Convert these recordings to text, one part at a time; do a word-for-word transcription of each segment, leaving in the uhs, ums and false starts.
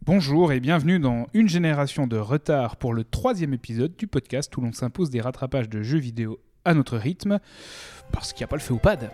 Bonjour et bienvenue dans Une génération de retard pour le troisième épisode du podcast où l'on s'impose des rattrapages de jeux vidéo à notre rythme, parce qu'il n'y a pas le feu au pad.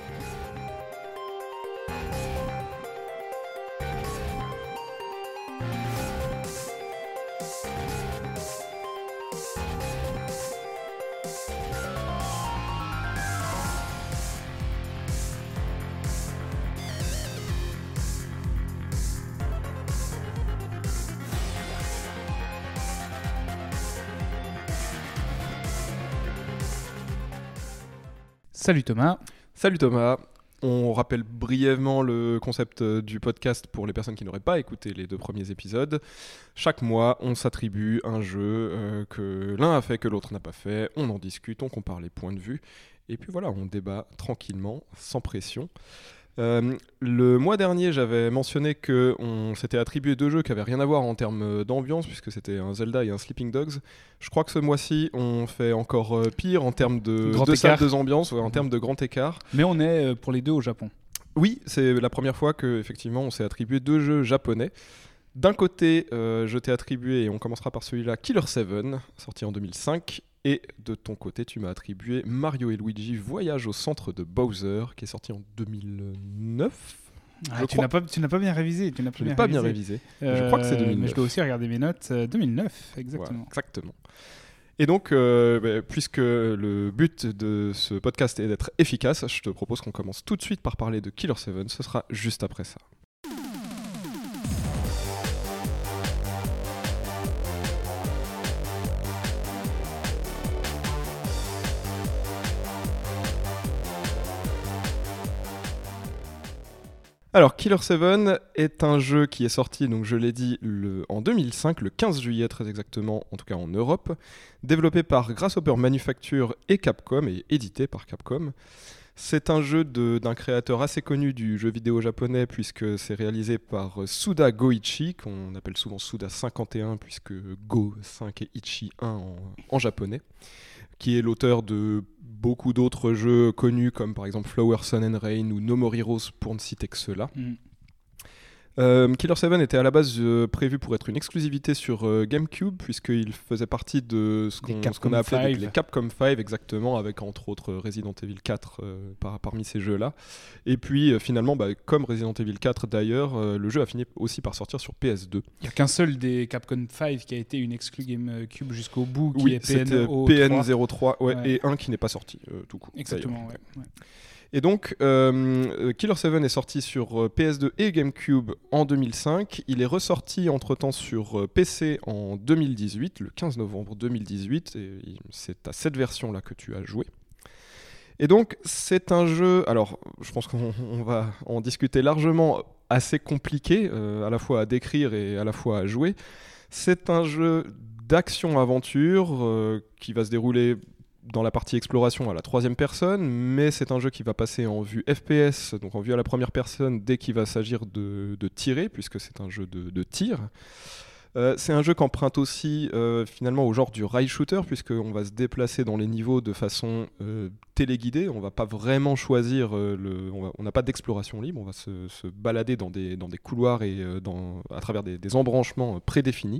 Salut Thomas. Salut Thomas. On rappelle brièvement le concept du podcast pour les personnes qui n'auraient pas écouté les deux premiers épisodes. Chaque mois, on s'attribue un jeu euh, que l'un a fait, que l'autre n'a pas fait. On en discute, on compare les points de vue. Et puis voilà, on débat tranquillement, sans pression. Euh, le mois dernier, j'avais mentionné qu'on s'était attribué deux jeux qui n'avaient rien à voir en termes d'ambiance, puisque c'était un Zelda et un Sleeping Dogs. Je crois que ce mois-ci, on fait encore pire en termes de deux salles, deux ambiances, ouais, en termes de grand écart. Mais on est pour les deux au Japon. Oui, c'est la première fois qu'effectivement on s'est attribué deux jeux japonais. D'un côté, euh, je t'ai attribué, et on commencera par celui-là, Killer sept, sorti en deux mille cinq. Et de ton côté, tu m'as attribué Mario et Luigi Voyage au centre de Bowser, qui est sorti en deux mille neuf. Ah, tu, n'as pas, tu n'as pas bien révisé. Tu n'as pas je n'ai bien pas révisé. bien révisé. Euh, je crois que c'est deux mille neuf. Mais je dois aussi regarder mes notes. Euh, deux mille neuf, exactement. Voilà, exactement. Et donc, euh, bah, puisque le but de ce podcast est d'être efficace, je te propose qu'on commence tout de suite par parler de Killer sept. Ce sera juste après ça. Alors, Killer sept est un jeu qui est sorti, donc je l'ai dit, le, en deux mille cinq, le quinze juillet très exactement, en tout cas en Europe, développé par Grasshopper Manufacture et Capcom, et édité par Capcom. C'est un jeu de, d'un créateur assez connu du jeu vidéo japonais, puisque c'est réalisé par Suda Goichi, qu'on appelle souvent Suda cinquante et un, puisque Go cinq et Ichi un en, en japonais, qui est l'auteur de beaucoup d'autres jeux connus comme par exemple Flower, Sun and Rain ou No More Heroes pour ne citer que ceux-là. Mm. Euh, Killer sept était à la base euh, prévu pour être une exclusivité sur euh, GameCube, puisqu'il faisait partie de ce qu'on, ce qu'on a appelé les, les Capcom cinq, exactement, avec entre autres Resident Evil quatre euh, par, parmi ces jeux-là. Et puis euh, finalement, bah, comme Resident Evil quatre d'ailleurs, euh, le jeu a fini aussi par sortir sur P S deux. Il n'y a qu'un seul des Capcom cinq qui a été une exclu GameCube jusqu'au bout, qui oui, est P N O trois. P N zéro trois, ouais, ouais. Et un qui n'est pas sorti, euh, tout court. Exactement, ouais, ouais. Et donc, euh, Killer sept est sorti sur P S deux et GameCube en deux mille cinq. Il est ressorti entre-temps sur P C en deux mille dix-huit, le quinze novembre deux mille dix-huit. Et c'est à cette version-là que tu as joué. Et donc, c'est un jeu... Alors, je pense qu'on on va en discuter largement, assez compliqué, euh, à la fois à décrire et à la fois à jouer. C'est un jeu d'action-aventure euh, qui va se dérouler dans la partie exploration à la troisième personne, mais c'est un jeu qui va passer en vue F P S, donc en vue à la première personne, dès qu'il va s'agir de, de tirer, puisque c'est un jeu de, de tir. Euh, c'est un jeu qui emprunte aussi euh, finalement au genre du rail shooter, puisqu'on va se déplacer dans les niveaux de façon euh, téléguidée. On va pas vraiment choisir, euh, le, on n'a pas d'exploration libre, on va se, se balader dans des, dans des couloirs et euh, dans, à travers des, des embranchements prédéfinis.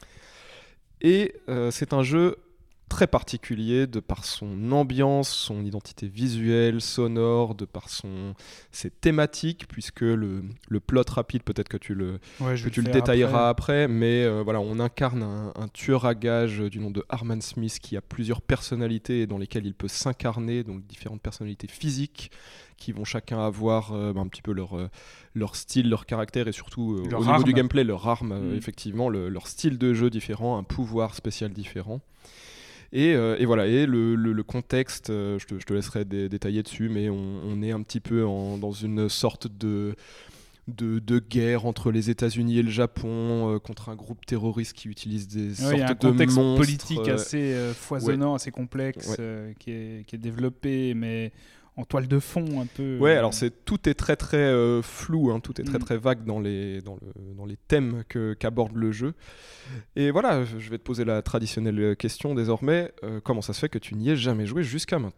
Et euh, c'est un jeu très particulier de par son ambiance, son identité visuelle, sonore, de par son, ses thématiques, puisque le, le plot rapide, peut-être que tu le, ouais, que tu le, le détailleras après, après mais euh, voilà, on incarne un, un tueur à gages du nom de Harman Smith qui a plusieurs personnalités dans lesquelles il peut s'incarner, donc différentes personnalités physiques qui vont chacun avoir euh, un petit peu leur, euh, leur style, leur caractère et surtout euh, au arme. niveau du gameplay, leur arme, mmh. euh, effectivement, le, leur style de jeu différent, un pouvoir spécial différent. Et, euh, et voilà, et le, le, le contexte, euh, je, te, je te laisserai dé- détailler dessus, mais on, on est un petit peu en, dans une sorte de, de, de guerre entre les États-Unis et le Japon euh, contre un groupe terroriste qui utilise des ouais, sortes de monstres. Il y a un contexte monstres, politique euh, assez euh, foisonnant, ouais. assez complexe, ouais. euh, qui, est, qui est développé, mais en toile de fond un peu. Ouais, euh... alors c'est, tout est très très euh, flou, hein, tout est très mm. très vague dans les, dans le, dans les thèmes que, qu'aborde le jeu. Et voilà, je vais te poser la traditionnelle question désormais. Euh, comment ça se fait que tu n'y aies jamais joué jusqu'à maintenant ?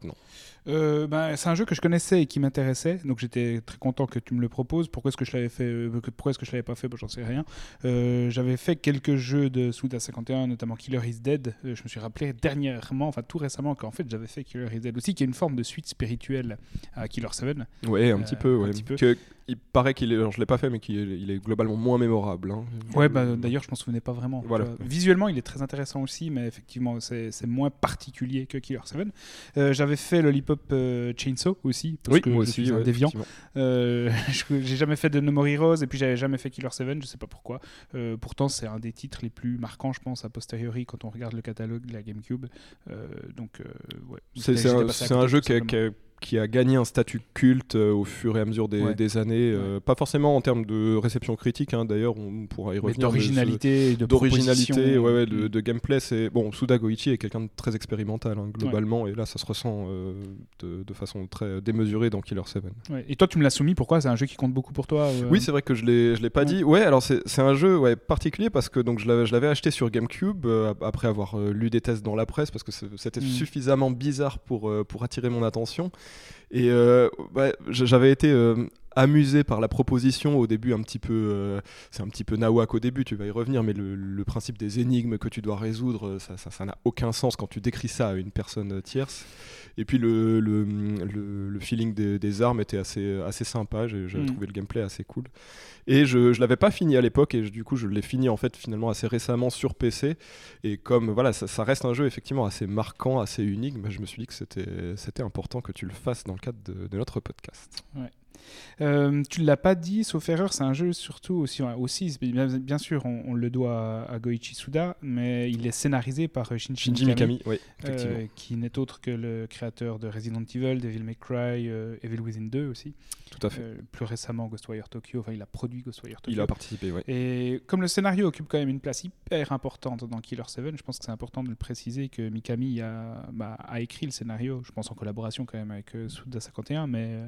Euh, ben, c'est un jeu que je connaissais et qui m'intéressait, donc j'étais très content que tu me le proposes. Pourquoi est-ce que je l'avais fait euh, Pourquoi est-ce que je l'avais pas fait ben, j'en sais rien. Euh, j'avais fait quelques jeux de Suda cinquante et un, notamment Killer is Dead. Euh, je me suis rappelé dernièrement, enfin tout récemment, qu'en fait j'avais fait Killer is Dead aussi, qui est une forme de suite spirituelle à Killer sept. Ouais, un Euh, petit peu. Ouais. un petit peu. Que, il paraît qu'il est, alors je l'ai pas fait, mais qu'il est, il est globalement moins mémorable. Hein. Ouais, bah, d'ailleurs je m'en souvenais pas vraiment. Voilà. Euh, visuellement il est très intéressant aussi, mais effectivement c'est, c'est moins particulier que Killer sept. Euh, j'avais fait Lollipop euh, Chainsaw aussi, parce oui, que moi je aussi, suis un ouais, déviant. Euh, j'ai jamais fait de No More Heroes et puis j'avais jamais fait Killer sept, je sais pas pourquoi. Euh, pourtant c'est un des titres les plus marquants, je pense, a posteriori quand on regarde le catalogue de la GameCube. Euh, donc euh, ouais. C'est, c'est un, c'est un jeu qui a, qui a qui a gagné un statut culte euh, au fur et à mesure des, ouais. des années, euh, ouais. pas forcément en termes de réception critique, hein, d'ailleurs on pourra y revenir. Mais d'originalité, ce, de d'originalité, ouais, ouais, de, de gameplay. C'est bon, Suda Goichi est quelqu'un de très expérimental hein, globalement, ouais. et là ça se ressent euh, de, de façon très démesurée dans Killer sept. Ouais. Et toi tu me l'as soumis, pourquoi? C'est un jeu qui compte beaucoup pour toi? euh... Oui, c'est vrai que je l'ai, je l'ai pas ouais. dit. Ouais, alors c'est, c'est un jeu ouais, particulier parce que donc je l'avais, je l'avais acheté sur GameCube euh, après avoir euh, lu des tests dans la presse parce que c'était mm. suffisamment bizarre pour euh, pour attirer mon attention. Et euh, ouais, j'avais été euh, amusé par la proposition au début, un petit peu, euh, c'est un petit peu nawak au début, tu vas y revenir, mais le, le principe des énigmes que tu dois résoudre, ça, ça, ça n'a aucun sens quand tu décris ça à une personne tierce. Et puis le, le, le, le feeling des, des armes était assez, assez sympa, j'ai, j'avais mmh. trouvé le gameplay assez cool. Et je ne l'avais pas fini à l'époque, et je, du coup je l'ai fini en fait finalement assez récemment sur P C. Et comme voilà, ça, ça reste un jeu effectivement assez marquant, assez unique, bah, je me suis dit que c'était, c'était important que tu le fasses dans le cadre de, de notre podcast. Ouais. Euh, tu ne l'as pas dit, sauf erreur, c'est un jeu surtout aussi, aussi bien, bien sûr, on, on le doit à, à Goichi Suda, mais il est scénarisé par Shinji, Shinji Mikami, Mikami oui, effectivement. Euh, qui n'est autre que le créateur de Resident Evil, Devil May Cry, euh, Evil Within deux aussi. Tout à fait. Euh, plus récemment, Ghostwire Tokyo, enfin il a produit Ghostwire Tokyo. Il a participé, oui. Et comme le scénario occupe quand même une place hyper importante dans Killer sept, je pense que c'est important de le préciser que Mikami a, bah, a écrit le scénario, je pense en collaboration quand même avec euh, Suda cinquante et un, mais...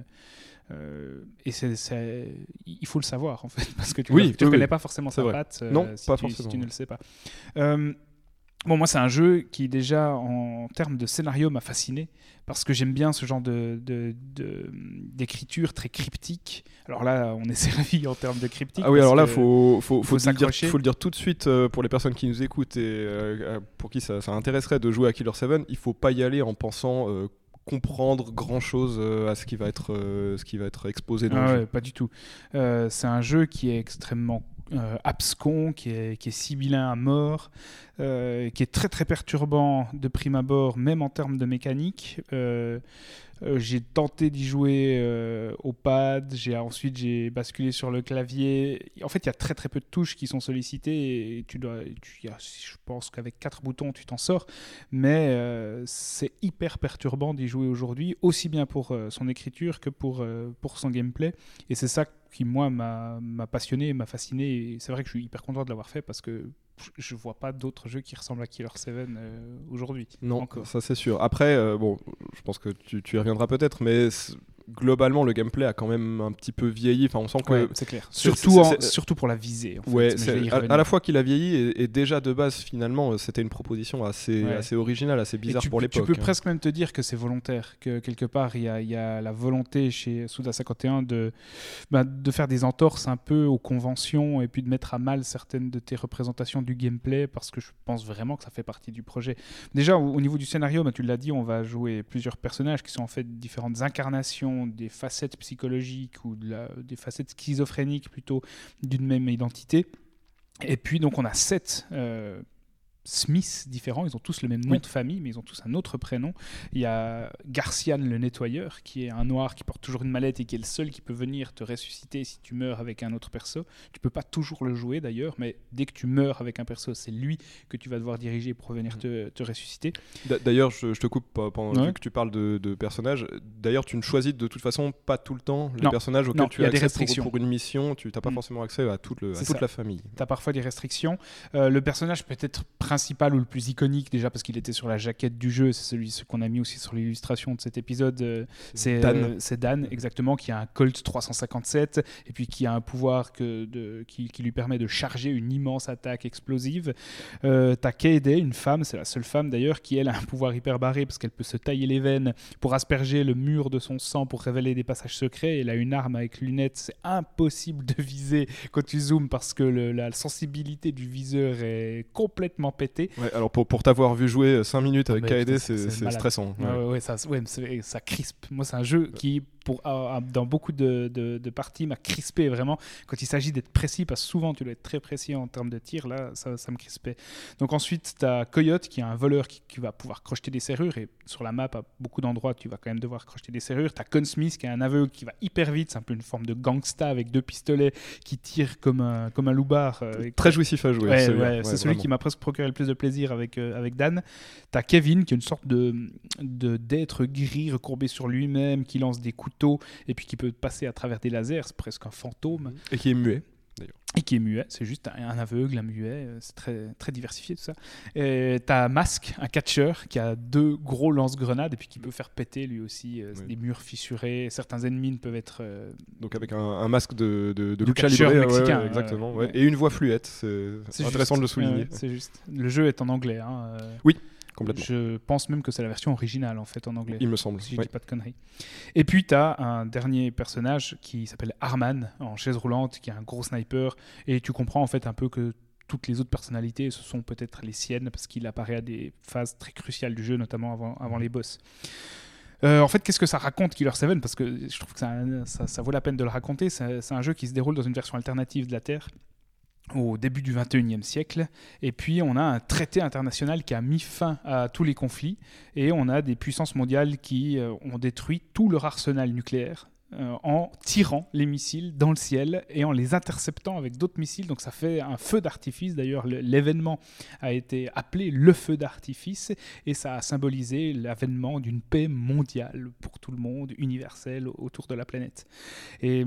Euh, et c'est, c'est, il faut le savoir en fait, parce que tu ne oui, oui, connais oui. pas forcément sa patte euh, non, si, pas tu, forcément. si tu ne le sais pas. Euh, bon, moi, c'est un jeu qui, déjà, en termes de scénario, m'a fasciné parce que j'aime bien ce genre de, de, de, d'écriture très cryptique. Alors là, on est servi en termes de cryptique. Ah oui, alors là, il faut, faut, faut, faut, dire, faut le dire tout de suite euh, pour les personnes qui nous écoutent et euh, pour qui ça, ça intéresserait de jouer à Killer sept. Il ne faut pas y aller en pensant... Euh, comprendre grand chose euh, à ce qui va être euh, ce qui va être exposé dans ah le ouais, jeu. Pas du tout. Euh, c'est un jeu qui est extrêmement euh, abscon, qui est, qui est sibyllin à mort, euh, qui est très très perturbant de prime abord, même en termes de mécanique. Euh, Euh, j'ai tenté d'y jouer euh, au pad, j'ai, ensuite j'ai basculé sur le clavier. En fait, il y a très très peu de touches qui sont sollicitées et tu dois, tu, y a, je pense qu'avec quatre boutons, tu t'en sors. Mais euh, c'est hyper perturbant d'y jouer aujourd'hui, aussi bien pour euh, son écriture que pour, euh, pour son gameplay. Et c'est ça qui, moi, m'a, m'a passionné, m'a fasciné. Et c'est vrai que je suis hyper content de l'avoir fait parce que je vois pas d'autres jeux qui ressemblent à Killer sept euh, aujourd'hui. Non, encore. Ça c'est sûr. Après, euh, bon, je pense que tu, tu y reviendras peut-être, mais globalement, le gameplay a quand même un petit peu vieilli. Enfin, on sent que ouais, c'est clair. C'est, surtout, c'est, en, c'est, surtout pour la visée. En fait. Ouais, c'est, à, à la fois qu'il a vieilli et, et déjà de base, finalement, c'était une proposition assez, ouais. assez originale, assez bizarre tu, pour l'époque. Tu peux hein. presque même te dire que c'est volontaire, que quelque part, il y a, y a la volonté chez Suda cinquante et un de, bah, de faire des entorses un peu aux conventions et puis de mettre à mal certaines de tes représentations du gameplay parce que je pense vraiment que ça fait partie du projet. Déjà, au, au niveau du scénario, bah, tu l'as dit, on va jouer plusieurs personnages qui sont en fait différentes incarnations des facettes psychologiques ou de la, des facettes schizophréniques plutôt d'une même identité. Et puis donc on a sept euh, Smiths différents, ils ont tous le même nom oui. de famille, mais ils ont tous un autre prénom. Il y a Garcian le nettoyeur, qui est un noir qui porte toujours une mallette et qui est le seul qui peut venir te ressusciter si tu meurs avec un autre perso. Tu peux pas toujours le jouer d'ailleurs, mais dès que tu meurs avec un perso, c'est lui que tu vas devoir diriger pour venir te, te ressusciter. D'ailleurs, je, je te coupe pendant ouais. que tu parles de, de personnages. D'ailleurs, tu ne choisis de toute façon pas tout le temps les non. personnages auxquels non, tu as accès pour, pour une mission. Tu n'as pas mmh. forcément accès à toute, le, à toute la famille. Tu as parfois des restrictions. Euh, le personnage peut être principalement principal ou le plus iconique, déjà parce qu'il était sur la jaquette du jeu, c'est celui ce qu'on a mis aussi sur l'illustration de cet épisode, euh, c'est Dan. Euh, c'est Dan, exactement, qui a un Colt trois cent cinquante-sept et puis qui a un pouvoir que de, qui, qui lui permet de charger une immense attaque explosive. Euh, t'as Kaede, une femme, c'est la seule femme d'ailleurs, qui elle a un pouvoir hyper barré parce qu'elle peut se tailler les veines pour asperger le mur de son sang pour révéler des passages secrets. Elle a une arme avec lunettes, c'est impossible de viser quand tu zoomes parce que le, la sensibilité du viseur est complètement pétée. Ouais, alors pour, pour t'avoir vu jouer cinq minutes avec Kaede, c'est, c'est, c'est stressant. Ouais, ouais, ouais, ça, ouais, c'est, ça crispe. Moi, c'est un jeu qui, pour, euh, dans beaucoup de, de, de parties, m'a crispé vraiment. Quand il s'agit d'être précis, parce que souvent tu dois être très précis en termes de tir, là, ça, ça me crispait. Donc ensuite, tu as Coyote, qui est un voleur qui, qui va pouvoir crocheter des serrures. Et sur la map, à beaucoup d'endroits, tu vas quand même devoir crocheter des serrures. Tu as Consmith, qui est un aveugle qui va hyper vite. C'est un peu une forme de gangsta avec deux pistolets qui tire comme un, comme un loupard. Euh, très jouissif à jouer. Ouais, celui ouais, ouais, c'est vraiment. celui qui m'a presque procuré le plus de plaisir avec, euh, avec Dan. Tu as Kevin, qui est une sorte de, de, d'être gris recourbé sur lui-même, qui lance des couteaux et puis qui peut passer à travers des lasers. C'est presque un fantôme. Et qui est muet. D'ailleurs. Et qui est muet, c'est juste un, un aveugle, un muet, c'est très, très diversifié tout ça. Et t'as Mask, un catcheur qui a deux gros lance-grenades et puis qui peut faire péter lui aussi euh, oui. des murs fissurés. Certains ennemis peuvent être. Euh... Donc avec un, un masque de, de, de, de lucha libre. Mexicain. Ouais, ouais, exactement. Ouais. Ouais. Et une voix fluette, c'est, c'est intéressant juste, de le souligner. Euh, c'est juste. Le jeu est en anglais. Hein, euh... Oui. Complètement. Je pense même que c'est la version originale en fait en anglais. Il me semble. Si je ouais. dis pas de conneries. Et puis tu as un dernier personnage qui s'appelle Arman en chaise roulante, qui est un gros sniper. Et tu comprends en fait un peu que toutes les autres personnalités, ce sont peut-être les siennes parce qu'il apparaît à des phases très cruciales du jeu, notamment avant, avant les boss. Euh, en fait, qu'est-ce que ça raconte Killer sept ? Parce que je trouve que ça, ça, ça vaut la peine de le raconter. C'est, c'est un jeu qui se déroule dans une version alternative de la Terre au début du vingt et unième siècle, et puis on a un traité international qui a mis fin à tous les conflits, et on a des puissances mondiales qui euh, ont détruit tout leur arsenal nucléaire euh, en tirant les missiles dans le ciel et en les interceptant avec d'autres missiles, donc ça fait un feu d'artifice. D'ailleurs, l'événement a été appelé le feu d'artifice, et ça a symbolisé l'avènement d'une paix mondiale pour tout le monde, universelle, autour de la planète. Et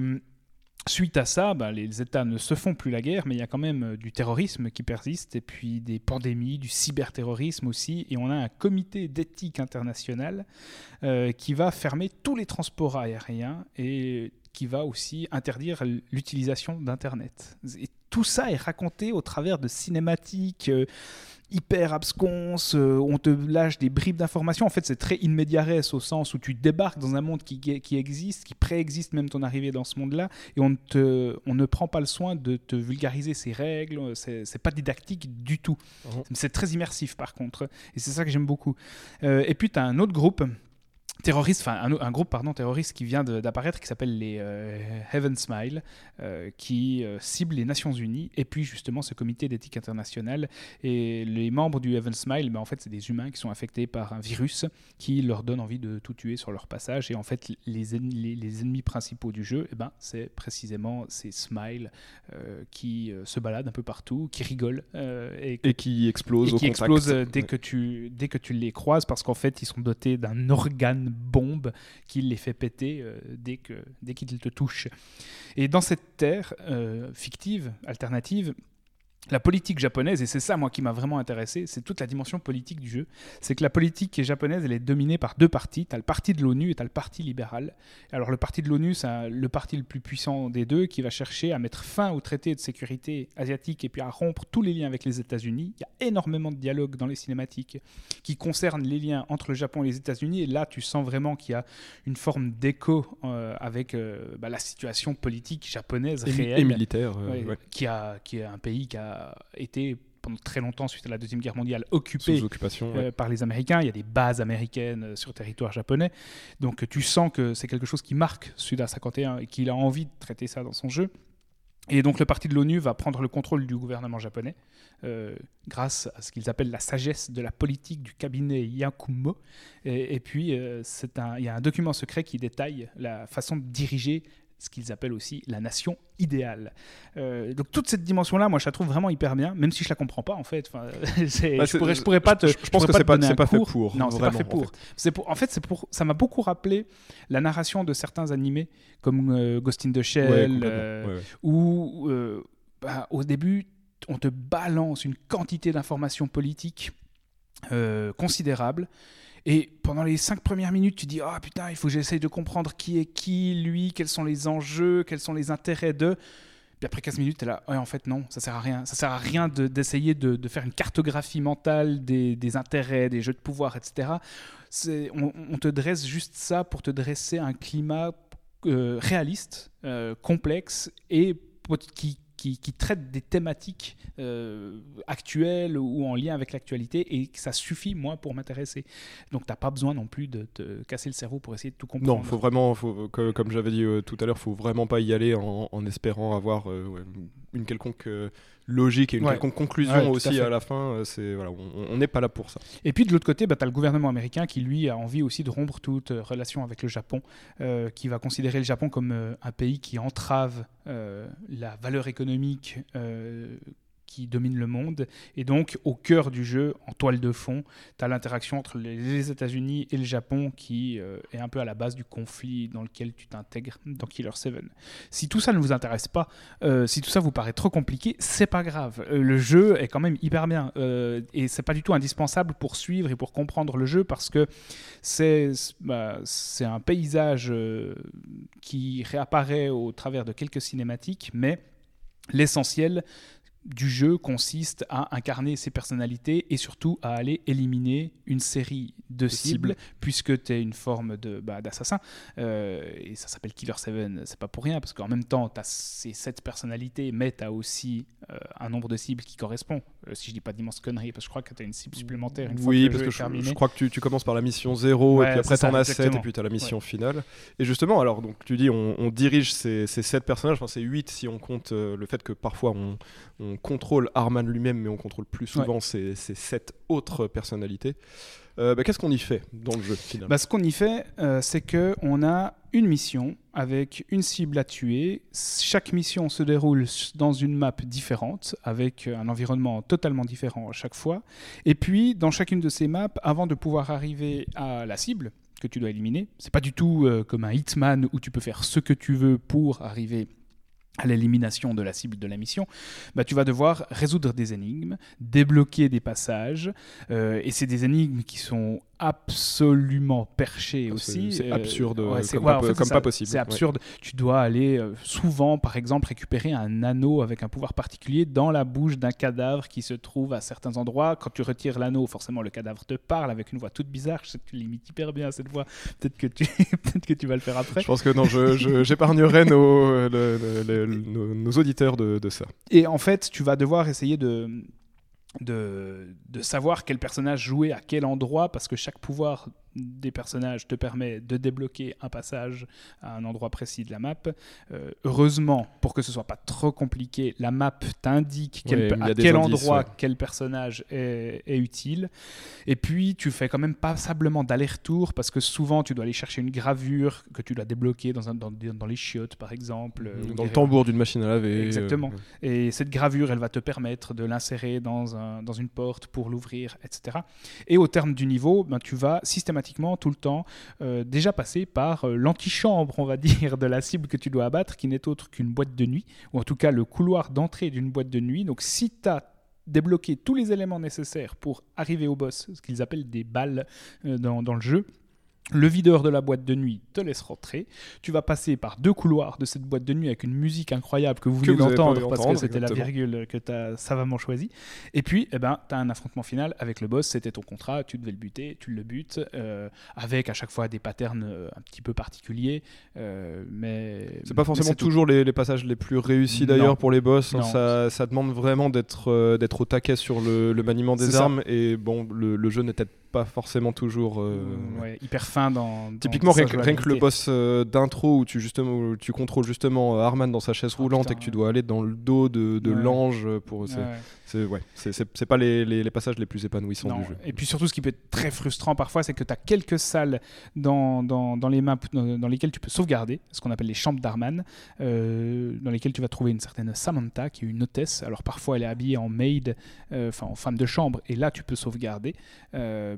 suite à ça, bah, les États ne se font plus la guerre, mais il y a quand même euh, du terrorisme qui persiste, et puis des pandémies, du cyberterrorisme aussi, et on a un comité d'éthique international euh, qui va fermer tous les transports aériens et qui va aussi interdire l'utilisation d'Internet. Et tout ça est raconté au travers de cinématiques euh, hyper absconses, euh, on te lâche des bribes d'informations. En fait, c'est très in media res au sens où tu débarques dans un monde qui, qui existe, qui préexiste même ton arrivée dans ce monde-là, et on, te, on ne prend pas le soin de te vulgariser ces règles. C'est, c'est pas didactique du tout. Mmh. C'est très immersif par contre, et c'est ça que j'aime beaucoup. Euh, et puis, tu as un autre groupe terroriste, enfin un, un groupe pardon terroriste qui vient de, d'apparaître, qui s'appelle les euh, Heaven Smile, euh, qui euh, cible les Nations Unies et puis justement ce comité d'éthique internationale. Et les membres du Heaven Smile, ben, en fait c'est des humains qui sont affectés par un virus qui leur donne envie de tout tuer sur leur passage. Et en fait les, en- les, les ennemis principaux du jeu, eh ben, c'est précisément ces Smiles euh, qui euh, se baladent un peu partout, qui rigolent euh, et, Et qui explose et au qui contact. explosent euh, dès Ouais. que tu dès que tu les croises, parce qu'en fait ils sont dotés d'un organe bombe qui les fait péter euh, dès que dès qu'ils te touchent. Et dans cette terre euh, fictive, alternative, la politique japonaise, et c'est ça moi qui m'a vraiment intéressé, c'est toute la dimension politique du jeu. C'est que la politique japonaise, elle est dominée par deux partis. Tu as le parti de l'ONU et tu as le parti libéral. Alors le parti de l'ONU, c'est un- le parti le plus puissant des deux, qui va chercher à mettre fin au traité de sécurité asiatique et puis à rompre tous les liens avec les États-Unis. Il y a énormément de dialogues dans les cinématiques qui concernent les liens entre le Japon et les États-Unis, et là tu sens vraiment qu'il y a une forme d'écho euh, avec euh, bah, la situation politique japonaise Et, mi- réelle. et militaire. euh, Ouais, ouais. qui, a, qui est un pays qui a été pendant très longtemps, suite à la Deuxième Guerre mondiale, occupé Sous occupation. euh, ouais. par les Américains. Il y a des bases américaines euh, sur territoire japonais. Donc tu sens que c'est quelque chose qui marque Suda cinquante et un et qu'il a envie de traiter ça dans son jeu. Et donc le parti de l'ONU va prendre le contrôle du gouvernement japonais euh, grâce à ce qu'ils appellent la sagesse de la politique du cabinet Yakumo. Et, et puis euh, c'est un, il y a un document secret qui détaille la façon de diriger ce qu'ils appellent aussi la nation idéale. Euh, donc toute cette dimension-là, moi je la trouve vraiment hyper bien, même si je la comprends pas en fait. Enfin, c'est, Bah, je c'est- pourrais, je pourrais pas te. je- je pense pourrais que c'est te pas- donner c'est un pas fait cours. pour, Non, c'est pas vraiment, fait en pour. fait. C'est pour. En fait, c'est pour. Ça m'a beaucoup rappelé la narration de certains animés comme euh, Ghost in the Ouais, Shell, complètement. euh, Ouais, ouais. où euh, bah, au début on te balance une quantité d'informations politiques euh, considérable. Et pendant les cinq premières minutes, tu dis « Ah oh, putain, il faut que j'essaye de comprendre qui est qui, lui, quels sont les enjeux, quels sont les intérêts de... » Puis après quinze minutes, tu es là « Ouais, en fait, non, ça sert à rien. Ça sert à rien de, d'essayer de, de faire une cartographie mentale des, des intérêts, des jeux de pouvoir, et cetera. C'est, on, on te dresse juste ça pour te dresser un climat euh, réaliste, euh, complexe et qui... Qui, qui traite des thématiques euh, actuelles ou en lien avec l'actualité, et que ça suffit, moi, pour m'intéresser. Donc, tu n'as pas besoin non plus de te casser le cerveau pour essayer de tout comprendre. Non, faut vraiment, faut, que, comme j'avais dit euh, tout à l'heure, il ne faut vraiment pas y aller en, en espérant avoir euh, ouais, une quelconque euh, logique et une ouais. quelconque conclusion ouais, aussi à, à la fin. Euh, c'est, voilà, on n'est pas là pour ça. Et puis, de l'autre côté, bah, tu as le gouvernement américain qui, lui, a envie aussi de rompre toute relation avec le Japon, euh, qui va considérer le Japon comme euh, un pays qui entrave euh, la valeur économique Euh, qui domine le monde. Et donc, au cœur du jeu, en toile de fond, tu as l'interaction entre les États-Unis et le Japon qui euh, est un peu à la base du conflit dans lequel tu t'intègres dans Killer seven. Si tout ça ne vous intéresse pas, euh, si tout ça vous paraît trop compliqué, c'est pas grave. Euh, le jeu est quand même hyper bien. Euh, et c'est pas du tout indispensable pour suivre et pour comprendre le jeu, parce que c'est, bah, c'est un paysage euh, qui réapparaît au travers de quelques cinématiques, mais l'essentiel du jeu consiste à incarner ses personnalités et surtout à aller éliminer une série de cibles, cibles. Puisque tu es une forme de, bah, d'assassin. Euh, et ça s'appelle Killer seven, c'est pas pour rien, parce qu'en même temps, tu as ces sept personnalités, mais tu as aussi euh, un nombre de cibles qui correspond. Euh, si je dis pas d'immenses conneries, parce que je crois que tu as une cible supplémentaire une fois oui, que le parce jeu que est je, terminé. je crois que tu, tu commences par la mission zéro, ouais, et puis après tu en as sept, et puis tu as la mission ouais. finale. Et justement, alors, donc, tu dis, on, on dirige ces, ces sept personnages, enfin c'est huit si on compte euh, le fait que parfois on, on contrôle Arman lui-même, mais on contrôle plus souvent ouais. ces, ces sept autres personnalités. Euh, bah, qu'est-ce qu'on y fait dans le jeu finalement ? Bah, ce qu'on y fait, euh, c'est qu'on a une mission avec une cible à tuer. Chaque mission se déroule dans une map différente, avec un environnement totalement différent à chaque fois. Et puis, dans chacune de ces maps, avant de pouvoir arriver à la cible que tu dois éliminer, c'est pas du tout euh, comme un Hitman où tu peux faire ce que tu veux pour arriver à l'élimination de la cible de la mission, bah, tu vas devoir résoudre des énigmes, débloquer des passages, euh, et c'est des énigmes qui sont absolument perchées c'est, aussi. C'est absurde, euh, ouais, c'est, comme, ouais, pas, en fait, comme c'est pas ça, possible. C'est absurde. Ouais. Tu dois aller euh, souvent, par exemple, récupérer un anneau avec un pouvoir particulier dans la bouche d'un cadavre qui se trouve à certains endroits. Quand tu retires l'anneau, forcément, le cadavre te parle avec une voix toute bizarre. Je sais que tu l'imites hyper bien, cette voix. Peut-être que tu, peut-être que tu vas le faire après. Je pense que non, je, je, j'épargnerai nos, le, le, le, nos, nos auditeurs de, de ça. Et en fait, tu vas devoir essayer de... De, de savoir quel personnage jouer à quel endroit, parce que chaque pouvoir des personnages te permet de débloquer un passage à un endroit précis de la map. Euh, heureusement, pour que ce soit pas trop compliqué, la map t'indique quel, ouais, à quel indices, endroit ouais. quel personnage est, est utile. Et puis, tu fais quand même passablement d'aller-retour, parce que souvent, tu dois aller chercher une gravure que tu dois débloquer dans, un, dans, dans les chiottes, par exemple. Dans le derrière. tambour d'une machine à laver. Exactement. Euh, Et cette gravure, elle va te permettre de l'insérer dans, un, dans une porte pour l'ouvrir, et cetera. Et au terme du niveau, ben, tu vas systématiquement tout le temps euh, déjà passer par euh, l'antichambre, on va dire, de la cible que tu dois abattre, qui n'est autre qu'une boîte de nuit, ou en tout cas le couloir d'entrée d'une boîte de nuit. Donc si tu as débloqué tous les éléments nécessaires pour arriver au boss, ce qu'ils appellent des balles euh, dans, dans le jeu, le videur de la boîte de nuit te laisse rentrer. Tu vas passer par deux couloirs de cette boîte de nuit avec une musique incroyable que vous venez d'entendre parce que c'était exactement. La virgule que tu as savamment choisie. Et puis, eh ben, tu as un affrontement final avec le boss. C'était ton contrat, tu devais le buter, tu le butes, euh, avec à chaque fois des patterns euh, un petit peu particuliers. Euh, mais c'est pas forcément mais c'est toujours les, les passages les plus réussis d'ailleurs non. pour les boss. Hein, ça, ça demande vraiment d'être, euh, d'être au taquet sur le, le maniement des c'est armes. Ça. Et bon, le, le jeu n'est peut-être pas forcément toujours euh... ouais, hyper fin dans, dans typiquement rien, rien que le boss euh, d'intro où tu justement où tu contrôles justement euh, Arman dans sa chaise oh, roulante putain, et que tu dois aller dans le dos de, de ouais. l'ange pour c'est, ouais. C'est, ouais, c'est, c'est, c'est pas les, les, les passages les plus épanouissants non. du jeu. Et puis surtout ce qui peut être très frustrant parfois, c'est que tu as quelques salles dans, dans, dans les maps dans, dans lesquelles tu peux sauvegarder, ce qu'on appelle les chambres d'Arman, euh, dans lesquelles tu vas trouver une certaine Samantha qui est une hôtesse. Alors parfois elle est habillée en maid, enfin euh, en femme de chambre, et là tu peux sauvegarder. Euh,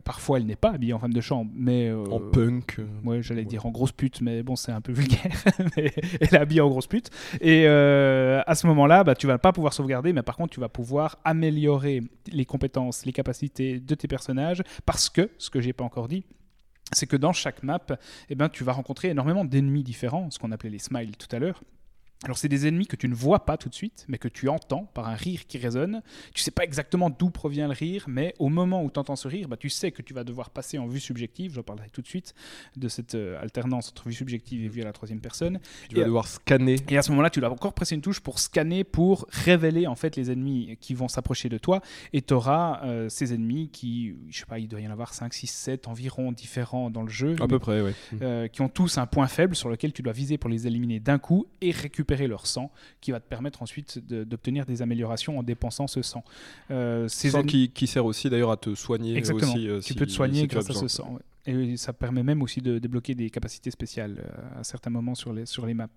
parfois, elle n'est pas habillée en femme de chambre, mais... Euh, en punk. Euh, ouais, j'allais ouais. dire en grosse pute, mais bon, c'est un peu vulgaire. Mais elle est habillée en grosse pute. Et euh, à ce moment-là, bah, tu vas pas pouvoir sauvegarder, mais par contre, tu vas pouvoir améliorer les compétences, les capacités de tes personnages, parce que, ce que j'ai pas encore dit, c'est que dans chaque map, eh ben, tu vas rencontrer énormément d'ennemis différents, ce qu'on appelait les smiles tout à l'heure. Alors, c'est des ennemis que tu ne vois pas tout de suite, mais que tu entends par un rire qui résonne. Tu ne sais pas exactement d'où provient le rire, mais au moment où tu entends ce rire, bah, tu sais que tu vas devoir passer en vue subjective. J'en parlerai tout de suite de cette euh, alternance entre vue subjective et vue à la troisième personne. Tu vas et, devoir scanner. Et à ce moment-là, tu dois encore presser une touche pour scanner, pour révéler en fait les ennemis qui vont s'approcher de toi. Et tu auras euh, ces ennemis qui, je sais pas, il doit y en avoir cinq, six, sept environ différents dans le jeu. À peu près, oui. Euh, qui ont tous un point faible sur lequel tu dois viser pour les éliminer d'un coup et récupérer leur sang, qui va te permettre ensuite de, d'obtenir des améliorations en dépensant ce sang. Euh, ces sang en... qui, qui sert aussi d'ailleurs à te soigner. Exactement. Aussi, euh, tu si, peux te soigner si grâce à ce sang. Ouais. Et ça permet même aussi de débloquer des capacités spéciales euh, à certains moments sur les, sur les maps.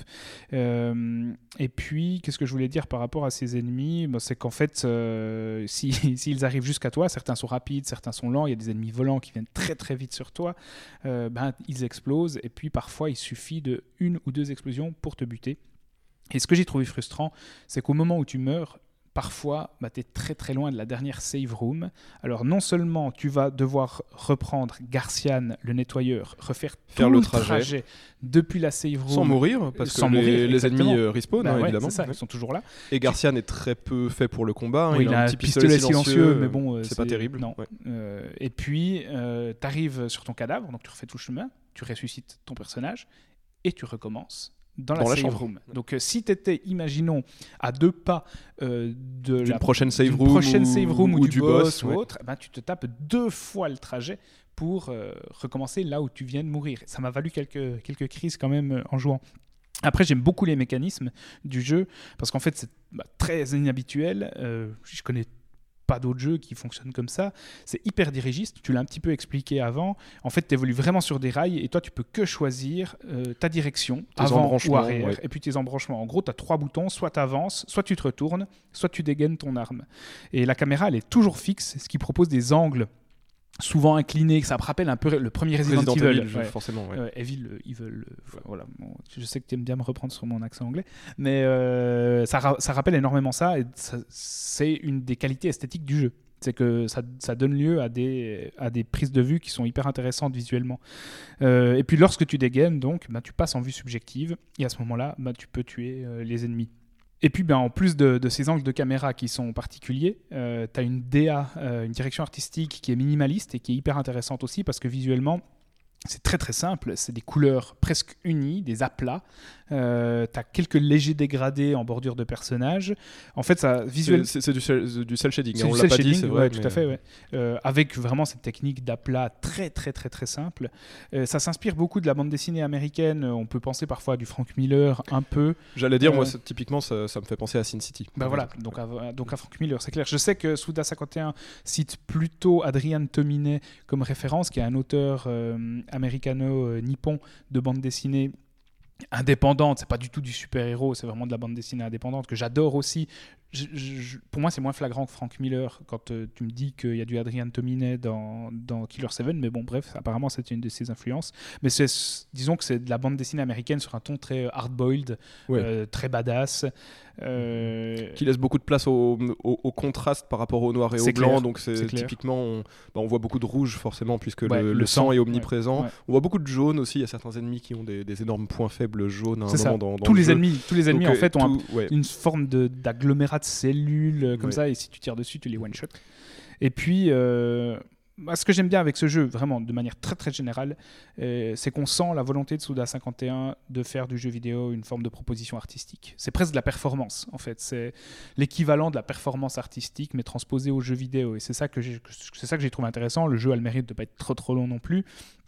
Euh, et puis, qu'est-ce que je voulais dire par rapport à ces ennemis ? Bon, c'est qu'en fait, euh, si, s'ils arrivent jusqu'à toi, certains sont rapides, certains sont lents, il y a des ennemis volants qui viennent très très vite sur toi, euh, ben, ils explosent, et puis parfois il suffit de une ou deux explosions pour te buter. Et ce que j'ai trouvé frustrant, c'est qu'au moment où tu meurs, parfois, bah, tu es très très loin de la dernière save room. Alors non seulement tu vas devoir reprendre Garcian, le nettoyeur, refaire Faire tout le le trajet. trajet depuis la save room. Sans mourir, parce sans que les, mourir, les ennemis euh, respawn, bah hein, ouais, évidemment. c'est ça, Ouais. ils sont toujours là. Et Garcian est très peu fait pour le combat. Hein. Oui, il, il a un petit pistolet, silencieux, silencieux, mais bon, euh, c'est pas terrible. Non. Ouais. Euh, et puis, euh, tu arrives sur ton cadavre, donc tu refais tout le chemin, tu ressuscites ton personnage et tu recommences dans, dans la, la save chambre. room. Donc euh, si tu étais, imaginons, à deux pas euh, de D'une la prochaine save d'une room, prochaine ou, save room ou, ou du, boss, ou ouais. autre, ben, tu te tapes deux fois le trajet pour euh, recommencer là où tu viens de mourir. Ça m'a valu quelques, quelques crises quand même euh, en jouant. Après, j'aime beaucoup les mécanismes du jeu, parce qu'en fait, c'est bah, très inhabituel. Euh, je connais pas d'autres jeux qui fonctionnent comme ça. C'est hyper dirigiste, tu l'as un petit peu expliqué avant. En fait, tu évolues vraiment sur des rails et toi, tu peux que choisir euh, ta direction, tes avant ou arrière, ouais. et puis tes embranchements. En gros, tu as trois boutons, soit tu avances, soit tu te retournes, soit tu dégaines ton arme. Et la caméra, elle est toujours fixe, ce qui propose des angles souvent incliné, que ça me rappelle un peu le premier Resident, Resident Evil. Evil, ouais. forcément. Ouais. Euh, Evil, Evil euh, voilà. Bon, je sais que tu aimes bien me reprendre sur mon accent anglais, mais euh, ça, ra- ça rappelle énormément ça, et ça, c'est une des qualités esthétiques du jeu. C'est que ça, ça donne lieu à des, à des prises de vue qui sont hyper intéressantes visuellement. Euh, et puis lorsque tu dégaines, donc, bah, tu passes en vue subjective, et à ce moment-là, bah, tu peux tuer euh, les ennemis. Et puis, ben, en plus de, de ces angles de caméra qui sont particuliers, euh, tu as une D A, euh, une direction artistique qui est minimaliste et qui est hyper intéressante aussi parce que visuellement, c'est très très simple. C'est des couleurs presque unies, des aplats. Euh, tu as quelques légers dégradés en bordure de personnages. En fait, ça visuellement. C'est, c'est, c'est du, du cel shading. C'est hein, du on cel l'a pas shading, dit, c'est vrai. ouais, mais... tout à fait, ouais. Euh, avec vraiment cette technique d'aplat très très très très simple. Euh, ça s'inspire beaucoup de la bande dessinée américaine. On peut penser parfois à du Frank Miller un peu. J'allais dire, euh... moi, typiquement, ça, ça me fait penser à Sin City. Bah voilà, donc à, donc à Frank Miller, c'est clair. Je sais que Suda cinquante et un cite plutôt Adrian Tominet comme référence, qui est un auteur euh, américano-nippon de bande dessinée indépendante. C'est pas du tout du super-héros, c'est vraiment de la bande dessinée indépendante que j'adore aussi. Je, je, pour moi, c'est moins flagrant que Frank Miller quand euh, tu me dis qu'il y a du Adrian Tominet dans, dans Killer sept, mais bon, bref, apparemment, c'est une de ses influences. Mais c'est, disons que c'est de la bande dessinée américaine sur un ton très hard-boiled, ouais. euh, très badass. Euh... Qui laisse beaucoup de place au, au, au contraste par rapport au noir et c'est au blanc. Clair, donc, c'est, c'est typiquement, on, bah, on voit beaucoup de rouge, forcément, puisque ouais, le, le, le sang, sang est omniprésent. Ouais, ouais. On voit beaucoup de jaune aussi. Il y a certains ennemis qui ont des, des énormes points faibles jaunes à un c'est moment ça. dans, dans tous le les jeu. ennemis, tous les ennemis donc, en fait, ont tout, un, ouais. une forme de, d'agglomérat de cellules comme ouais. ça, et si tu tires dessus, tu les one-shot. Et puis, euh, ce que j'aime bien avec ce jeu, vraiment de manière très très générale, euh, c'est qu'on sent la volonté de Suda cinquante et un de faire du jeu vidéo une forme de proposition artistique. C'est presque de la performance, en fait. C'est l'équivalent de la performance artistique, mais transposée au jeu vidéo. Et c'est ça que j'ai, c'est ça que j'ai trouvé intéressant. Le jeu a le mérite de ne pas être trop trop long non plus.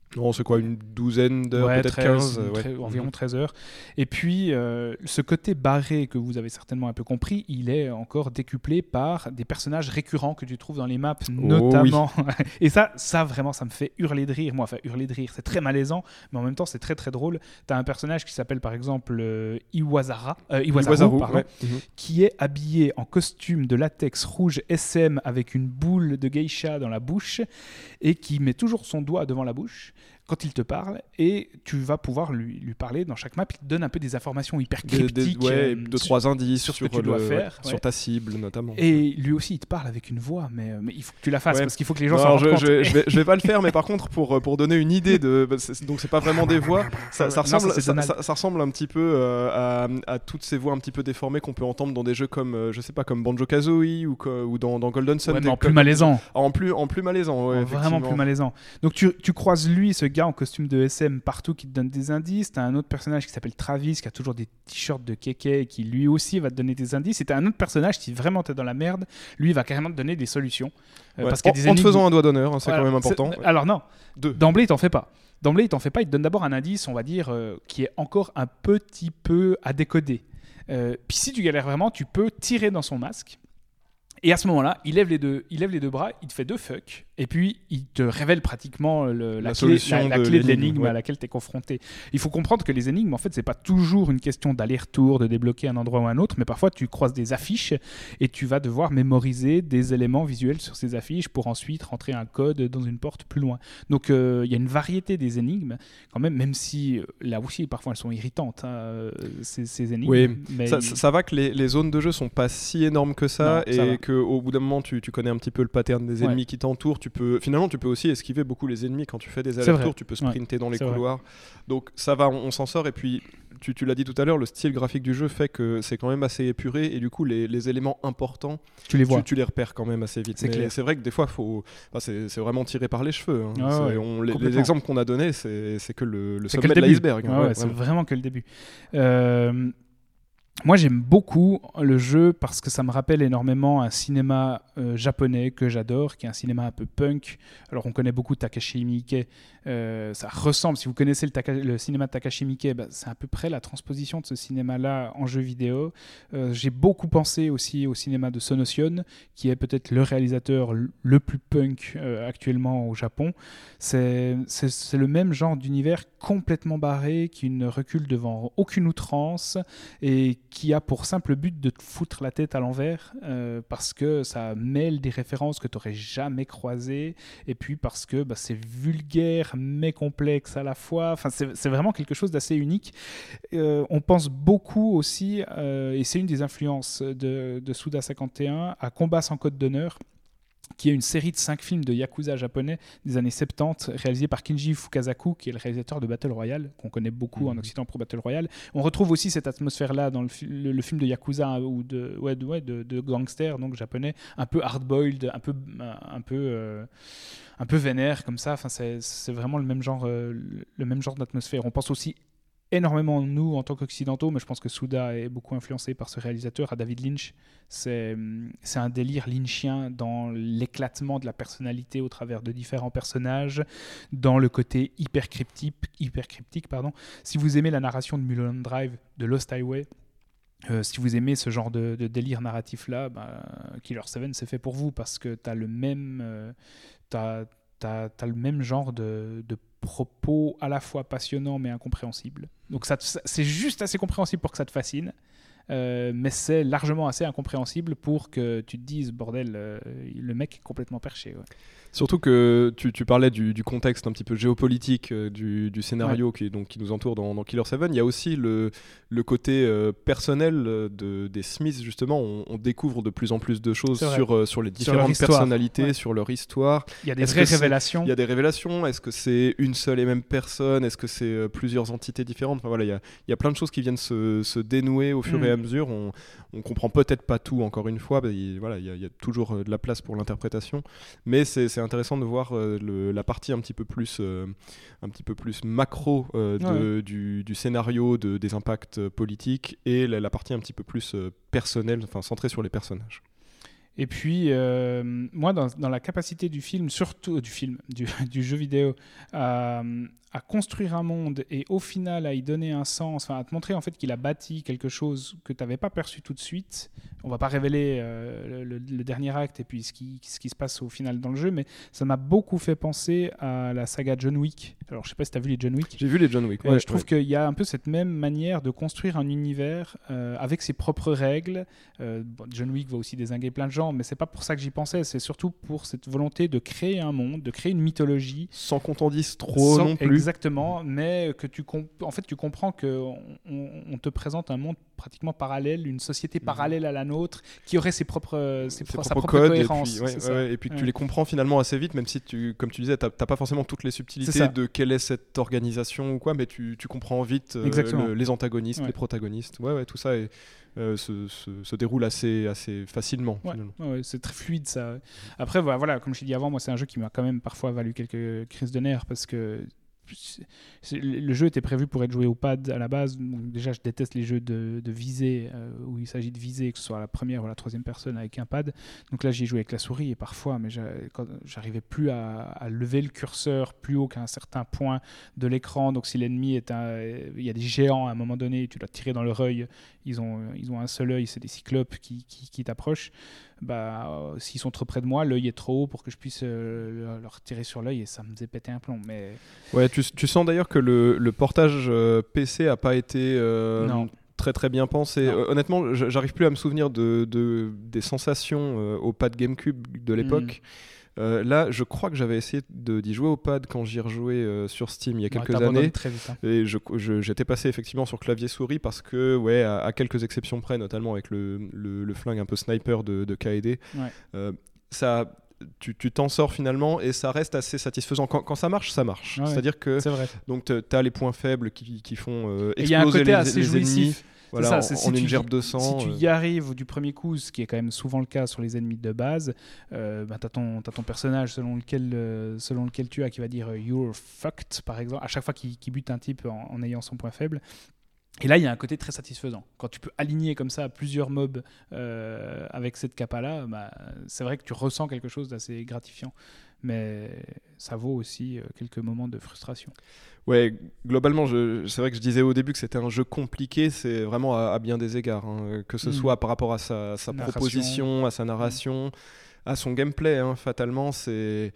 Non, c'est quoi, une douzaine d'heures, ouais, peut-être treize, quinze une ouais. tre- environ treize heures. Et puis, euh, ce côté barré que vous avez certainement un peu compris, il est encore décuplé par des personnages récurrents que tu trouves dans les maps, notamment. oui. Et ça, ça, vraiment, ça me fait hurler de rire. Moi, enfin, hurler de rire, c'est très malaisant, mais en même temps, c'est très, très drôle. Tu as un personnage qui s'appelle, par exemple, euh, Iwasara, euh, Iwasaru, Iwasaru, pardon, ouais. Mhm. qui est habillé en costume de latex rouge S M avec une boule de geisha dans la bouche et qui met toujours son doigt devant la bouche quand il te parle, et tu vas pouvoir lui, lui parler dans chaque map. Il te donne un peu des informations hyper Des- des- cryptiques, ouais, euh, deux, sur- trois indices sur sur, ce que tu dois le- faire, ouais, ouais. sur ta cible notamment. Et lui aussi, il te parle avec une voix, mais, mais il faut que tu la fasses, Ouais. parce qu'il faut que les gens Non, s'en alors rendent je, compte. je, je vais, je vais pas le faire, mais par contre, pour, pour donner une idée de. bah, c'est- donc, c'est pas vraiment des voix. Ça, ça Non, ça, ressemble, c'est ça, Donald. ça- ça ressemble un petit peu euh, à, à toutes ces voix un petit peu déformées qu'on peut entendre dans des jeux comme, euh, je sais pas, comme Banjo-Kazooie ou, co- ou dans, dans Golden Sun. Ouais, mais des- en plus comme- malaisant. En plus, en plus malaisant, ouais, Vraiment plus effectivement. malaisant. Donc tu, tu croises lui, ce gars en costume de S M partout qui te donne des indices. T'as un autre personnage qui s'appelle Travis qui a toujours des t-shirts de kéké et qui lui aussi va te donner des indices. Et t'as un autre personnage, si vraiment t'es dans la merde, lui il va carrément te donner des solutions. Euh, Ouais. parce qu'il y a en, des en te énigmes- faisant un doigt d'honneur, hein, c'est Voilà, quand même important. c'est- Alors non, Deux. d'emblée il t'en fait pas. D'emblée il t'en fait pas, il te donne d'abord un indice, on va dire, euh, qui est encore un petit peu à décoder. Euh, puis si tu galères vraiment, tu peux tirer dans son masque. Et à ce moment-là, il lève les deux, il lève les deux bras, il te fait deux fuck, et puis il te révèle pratiquement le- la, La clé, solution la- la de clé de l'énigme, l'énigme ouais. à laquelle tu es confronté. Il faut comprendre que les énigmes, en fait, c'est pas toujours une question d'aller-retour, de débloquer un endroit ou un autre, mais parfois tu croises des affiches et tu vas devoir mémoriser des éléments visuels sur ces affiches pour ensuite rentrer un code dans une porte plus loin. Donc euh, il y a une variété des énigmes, quand même, même si euh, là aussi parfois elles sont irritantes, hein, euh, ces, ces énigmes. Oui, mais Ça, ça- ça va que les, les zones de jeu sont pas si énormes que ça, Non, ça va. et qu'au bout d'un moment tu, tu connais un petit peu le pattern des Ouais. ennemis qui t'entourent. Tu peux, finalement, tu peux aussi esquiver beaucoup les ennemis quand tu fais des C'est allers-retours. vrai. Tu peux Ouais. sprinter dans les C'est vrai. couloirs. Donc ça va, on, on s'en sort. Et puis tu, tu l'as dit tout à l'heure, le style graphique du jeu fait que c'est quand même assez épuré, et du coup les, les éléments importants, tu les vois. tu, tu les repères quand même assez vite. C'est Mais clair. c'est vrai que des fois, faut, enfin, c'est, c'est vraiment tiré par les cheveux. hein. Ah C'est- ouais, on- les, les complètement. exemples qu'on a donnés, c'est, c'est que le, le C'est que sommet le de début. l'iceberg. hein. Ouais, Ouais, ouais, c'est vraiment. vraiment que le début. Euh, moi, j'aime beaucoup le jeu parce que ça me rappelle énormément un cinéma euh, japonais que j'adore, qui est un cinéma un peu punk. Alors, on connaît beaucoup Takashi Miike. Euh, ça ressemble, si vous connaissez le, Taka- le cinéma de Takashi Miike, bah, c'est à peu près la transposition de ce cinéma-là en jeu vidéo. Euh, j'ai beaucoup pensé aussi au cinéma de Sonotion, qui est peut-être le réalisateur l- le plus punk euh, actuellement au Japon. C'est, c'est, c'est le même genre d'univers complètement barré, qui ne recule devant aucune outrance et qui a pour simple but de te foutre la tête à l'envers euh, parce que ça mêle des références que tu n'aurais jamais croisées, et puis parce que bah, c'est vulgaire mais complexe à la fois. Enfin, c'est, c'est vraiment quelque chose d'assez unique. Euh, on pense beaucoup aussi, euh, et c'est une des influences de, de Suda cinquante et un, à Combat sans code d'honneur, qui est une série de cinq films de Yakuza japonais des années soixante-dix, réalisés par Kinji Fukasaku, qui est le réalisateur de Battle Royale, qu'on connaît beaucoup mmh. en Occident pour Battle Royale. On retrouve aussi cette atmosphère-là dans le, fi- le, le film de Yakuza hein, ou de, ouais, de, ouais, de, de gangster, donc japonais, un peu hard-boiled, un peu, un peu, euh, un peu vénère comme ça. Enfin, c'est, c'est vraiment le même genre, euh, le même genre d'atmosphère. On pense aussi énormément nous en tant qu'occidentaux, mais je pense que Suda est beaucoup influencé par ce réalisateur, à David Lynch. C'est, c'est un délire lynchien dans l'éclatement de la personnalité au travers de différents personnages, dans le côté hyper cryptique, hyper cryptique pardon. Si vous aimez la narration de Mulholland Drive, de Lost Highway, Euh, si vous aimez ce genre de, de délire narratif-là, bah, Killer sept, c'est fait pour vous, parce que tu as le même, euh, t'as, t'as, t'as le même genre de, de propos à la fois passionnants mais incompréhensibles. Donc ça, te, c'est juste assez compréhensible pour que ça te fascine, euh, mais c'est largement assez incompréhensible pour que tu te dises, bordel, euh, le mec est complètement perché. Ouais. Surtout que tu, tu parlais du, du contexte un petit peu géopolitique euh, du, du scénario ouais. qui, donc, qui nous entoure dans, dans Killer sept. Il y a aussi le, le côté euh, personnel de, des Smiths, justement. On, on découvre de plus en plus de choses sur, euh, sur les différentes sur personnalités, ouais. sur leur histoire. Il y a des vraies révélations. Il y a des révélations. Est-ce que c'est une seule et même personne ? Est-ce que c'est euh, plusieurs entités différentes ? Enfin, voilà, il y a, il y a plein de choses qui viennent se, se dénouer au fur mmh. et à mesure. On, on comprend peut-être pas tout, encore une fois. Il, voilà, il, y a, il y a toujours de la place pour l'interprétation. Mais c'est, c'est intéressant de voir euh, le, la partie un petit peu plus, euh, un petit peu plus macro euh, de, ouais. du, du scénario, de, des impacts politiques, et la, la partie un petit peu plus euh, personnelle, enfin centrée sur les personnages. Et puis, euh, moi, dans, dans la capacité du film, surtout du film, du, du jeu vidéo, à, à construire un monde et au final à y donner un sens, enfin, à te montrer en fait qu'il a bâti quelque chose que tu n'avais pas perçu tout de suite. On va pas révéler euh, le, le dernier acte et puis ce qui, ce qui se passe au final dans le jeu, mais ça m'a beaucoup fait penser à la saga John Wick. Alors, je sais pas si tu as vu les John Wick. J'ai vu les John Wick. Ouais, Ouais, je trouve ouais. qu'il y a un peu cette même manière de construire un univers euh, avec ses propres règles. Euh, bon, John Wick va aussi dézinguer plein de gens, mais c'est pas pour ça que j'y pensais. C'est surtout pour cette volonté de créer un monde, de créer une mythologie. Sans qu'on t'en dise trop Sans- non plus. Exactement, mais que tu comp- en fait tu comprends que on, on te présente un monde pratiquement parallèle, une société parallèle à la nôtre, qui aurait ses propres, ses Ses pro- sa propres propre codes, cohérence. et puis, ouais, c'est ça. ouais, et puis tu Ouais. les comprends finalement assez vite, même si tu, comme tu disais, t'as t'as pas forcément toutes les C'est subtilités ça. de quelle est cette organisation ou quoi, mais tu, tu comprends vite euh, Exactement. le- les antagonistes, Ouais. les protagonistes. Ouais, ouais, tout ça est, euh, se, se- se déroule assez, assez facilement. Ouais, Finalement. ouais, c'est très fluide ça. Après, voilà, voilà, comme je t'ai dit avant, moi c'est un jeu qui m'a quand même parfois valu quelques crises de nerfs parce que c'est- c'est- le jeu était prévu pour être joué au pad à la base. Donc déjà, je déteste les jeux de, de visée euh, où il s'agit de viser, que ce soit à la première ou à la troisième personne avec un pad. Donc là, j'y ai joué avec la souris et parfois, mais j'a- quand- j'arrivais plus à, à lever le curseur plus haut qu'à un certain point de l'écran. Donc si l'ennemi est un, il y a des géants à un moment donné, tu dois tirer dans leur œil. Ils ont, ils ont un seul œil, c'est des cyclopes qui, qui, qui t'approchent. Bah, euh, s'ils sont trop près de moi, l'œil est trop haut pour que je puisse euh, leur tirer sur l'œil et ça me faisait péter un plomb. Mais Ouais, tu, tu sens d'ailleurs que le, le portage euh, P C a pas été euh, non. très très bien pensé. Non. Euh, honnêtement, j- j'arrive plus à me souvenir de, de- des sensations euh, au pad GameCube de l'époque. Euh, là, je crois que j'avais essayé de- d'y jouer au pad quand j'y ai rejoué euh, sur Steam il y a Ouais, quelques t'abandonnes années. très vite, hein. Et je- je- j'étais passé effectivement sur clavier souris parce que, ouais, à, à quelques exceptions près, notamment avec le, le- le flingue un peu sniper de, de K et D, Ouais. euh, ça, tu tu t'en sors finalement et ça reste assez satisfaisant. Quand, quand ça marche, ça marche. Ouais, ouais. C'est-à-dire que C'est vrai. donc tu as les points faibles qui, qui font euh, Et il y a un exploser côté les, assez les ennemis. jouissif. Voilà, ça, en, c'est si en tu une y- gerbe de sang. Si tu euh, y arrives du premier coup, ce qui est quand même souvent le cas sur les ennemis de base, euh, bah, tu as ton, t'as ton personnage selon lequel, euh, selon lequel tu as qui va dire euh, You're fucked, par exemple, à chaque fois qu'il qu'il bute un type en, en ayant son point faible. Et là, il y a un côté très satisfaisant. Quand tu peux aligner comme ça plusieurs mobs euh, avec cette capa-là, bah, c'est vrai que tu ressens quelque chose d'assez gratifiant. Mais ça vaut aussi euh, quelques moments de frustration. Ouais, globalement, je- c'est vrai que je disais au début que c'était un jeu compliqué, c'est vraiment à, à bien des égards, hein, que ce Mm. soit par rapport à sa, sa Narration. proposition, à sa narration, à son gameplay, hein, fatalement, c'est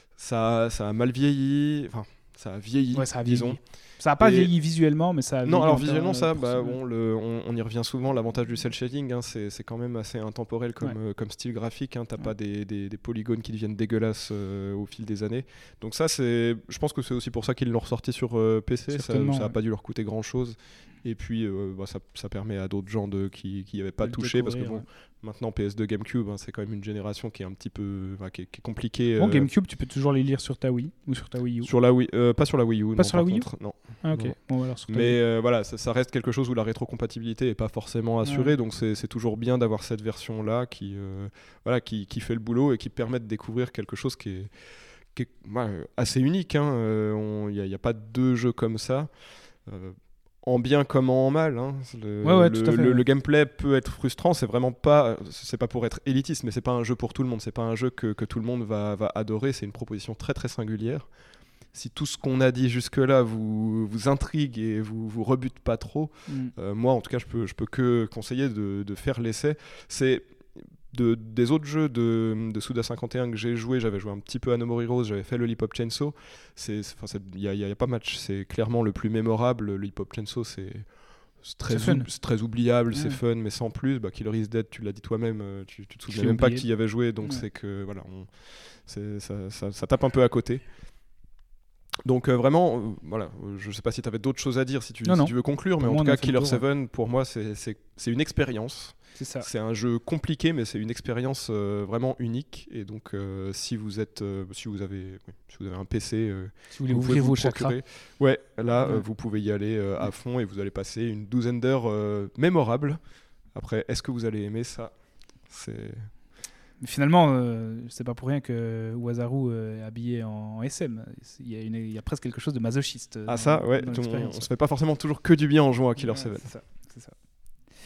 ça, ça a mal vieilli, enfin, ça a vieilli, Ouais, ça a disons. vieilli. Ça n'a pas Et- vieilli visuellement, mais ça a Non, vieilli alors en termes, visuellement, ça, euh, pour bah, ce- bon, le, on, on y revient souvent. L'avantage du cel shading, hein, c'est c'est quand même assez intemporel comme, Ouais. euh, comme style graphique. Hein, T'as Ouais. pas des, des- des polygones qui deviennent dégueulasses euh, au fil des années. Donc ça, c'est, je pense que c'est aussi pour ça qu'ils l'ont ressorti sur euh, P C. Ça Certainement, n'a ouais. pas dû leur coûter grand chose. Et puis, euh, bah, ça, ça permet à d'autres gens de, qui n'y avaient pas De le touché, parce que découvrir, bon, maintenant P S deux GameCube, hein, c'est quand même une génération qui est un petit peu, enfin, qui, est, qui est compliquée. Bon, euh, GameCube, tu peux toujours les lire sur ta Wii ou sur ta Wii U. sur la Wii, euh, pas sur la Wii U. Pas non, sur la par Wii U contre, non. Ah, ok. non. Bon, alors sur ta Wii. Mais euh, voilà, ça, ça reste quelque chose où la rétrocompatibilité n'est pas forcément assurée, Ouais. donc c'est c'est toujours bien d'avoir cette version-là qui, euh, voilà, qui, qui fait le boulot et qui permet de découvrir quelque chose qui est, qui est ouais, assez unique. Il hein. n'y a, y a pas deux jeux comme ça. Euh, en bien comme en mal, hein. Le, Ouais, ouais, le- tout à fait, le- ouais. le gameplay peut être frustrant. C'est vraiment pas, c'est pas pour être élitiste, mais c'est pas un jeu pour tout le monde. C'est pas un jeu que, que tout le monde va, va adorer. C'est une proposition très très singulière. Si tout ce qu'on a dit jusque-là vous, vous intrigue et vous, vous rebute pas trop, Mm. euh, moi en tout cas je peux, je peux que conseiller de, de faire l'essai. C'est de, des autres jeux de, de Suda cinquante et un que j'ai joué, j'avais joué un petit peu à No More Heroes, j'avais fait le Hip Hop Chainsaw. Il n'y a, y a- y a pas match, c'est clairement le plus mémorable. Le Hip Hop Chainsaw, c'est c'est très, C'est fun. ou- c'est très oubliable, Ouais. c'est fun, mais sans plus. Bah, Killer is Dead, tu l'as dit toi-même, euh, tu, tu te souviens l'ai même pas que oublié. tu y avais joué, donc Ouais. c'est que voilà, on- c'est- ça, ça- ça tape un peu à côté. Donc euh, vraiment, euh, voilà, euh, je sais pas si tu avais d'autres choses à dire, si tu, Non, si non. tu veux conclure, Pour mais en moi, tout on a cas, fait le Killer tour, sept, pour moi, c'est c'est- c'est une expérience. C'est ça. C'est un jeu compliqué, mais c'est une expérience euh, vraiment unique. Et donc, euh, si vous êtes, euh, si vous avez, oui, si vous avez un P C, euh, Si vous voulez vous pouvez ouvrir vous vos le chakras. procurer. Ouais, là, euh, Ouais. vous pouvez y aller euh, à fond et vous allez passer une douzaine d'heures euh, mémorables. Après, est-ce que vous allez aimer ça? C'est Mais finalement, euh, c'est pas pour rien que Wazaru euh, est habillé en S M. Il y, a une- il y a presque quelque chose de masochiste. euh, ah dans- ça, ouais. dans On, l'expérience. on se fait pas forcément toujours que du bien en jouant à Killer Ouais, sept. c'est ça, c'est ça.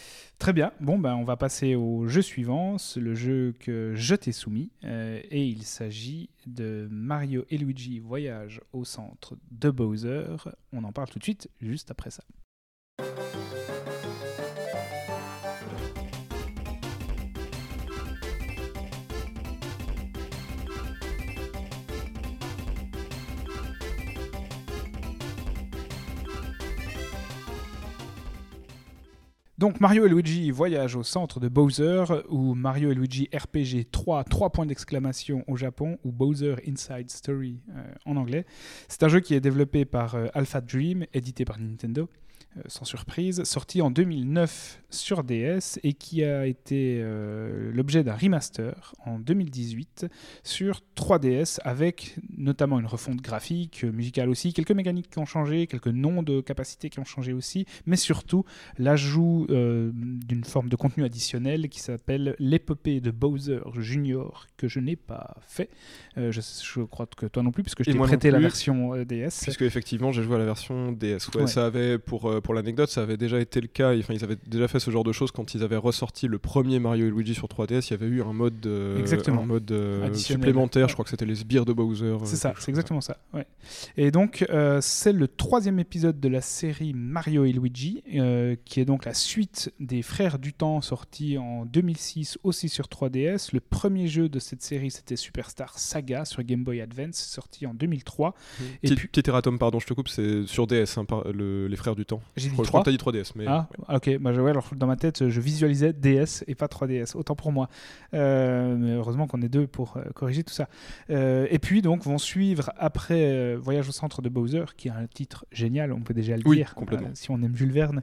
Très bien. Bon, ben, on va passer au jeu suivant, c'est le jeu que je t'ai soumis. Euh, et il s'agit de Mario et Luigi Voyage au centre de Bowser. On en parle tout de suite, juste après ça. Donc Mario et Luigi Voyage au centre de Bowser, ou Mario et Luigi R P G trois, trois points d'exclamation au Japon, ou Bowser Inside Story euh, en anglais. C'est un jeu qui est développé par euh, Alpha Dream, édité par Nintendo, euh, sans surprise, sorti en deux mille neuf sur D S et qui a été euh, l'objet d'un remaster en deux mille dix-huit sur trois D S, avec notamment une refonte graphique, musicale aussi, quelques mécaniques qui ont changé, quelques noms de capacités qui ont changé aussi, mais surtout l'ajout euh, d'une forme de contenu additionnel qui s'appelle l'épopée de Bowser Junior, que je n'ai pas fait. Euh, je, je crois que toi non plus, puisque je Et t'ai moi prêté non la plus, version euh, D S. Puisque effectivement j'ai joué à la version D S. Ouais, Ouais. Ça avait, pour, euh, pour l'anecdote, ça avait déjà été le cas. Enfin, ils avaient déjà fait ce genre de choses quand ils avaient ressorti le premier Mario et Luigi sur trois D S. Il y avait eu un mode, euh, Exactement. un mode euh, Additionnel. supplémentaire. Ouais. Je crois que c'était les sbires de Bowser. euh, C'est ça, quelque chose c'est exactement ça. Ouais. Et donc, euh, c'est le troisième épisode de la série Mario et Luigi, euh, qui est donc la suite des Frères du Temps, sorti en deux mille six, aussi sur trois D S. Le premier jeu de cette série, c'était Superstar Saga sur Game Boy Advance, sorti en deux mille trois. comme ça. Et Petit, puis- petit erratum, pardon, je te coupe, c'est sur D S, hein, par- le- les frères du temps. J'ai Je dit crois, je trois. crois que t'as dit trois D S, mais Ah, ok. Bah, je- ouais, alors, dans ma tête, je visualisais D S et pas trois D S. Autant pour moi. Euh, mais heureusement qu'on est deux pour euh, corriger tout ça. Euh, et puis, donc, vont suivre après euh, Voyage au centre de Bowser, qui est un titre génial, on peut déjà le Oui, dire, complètement. euh, si on aime Jules Verne.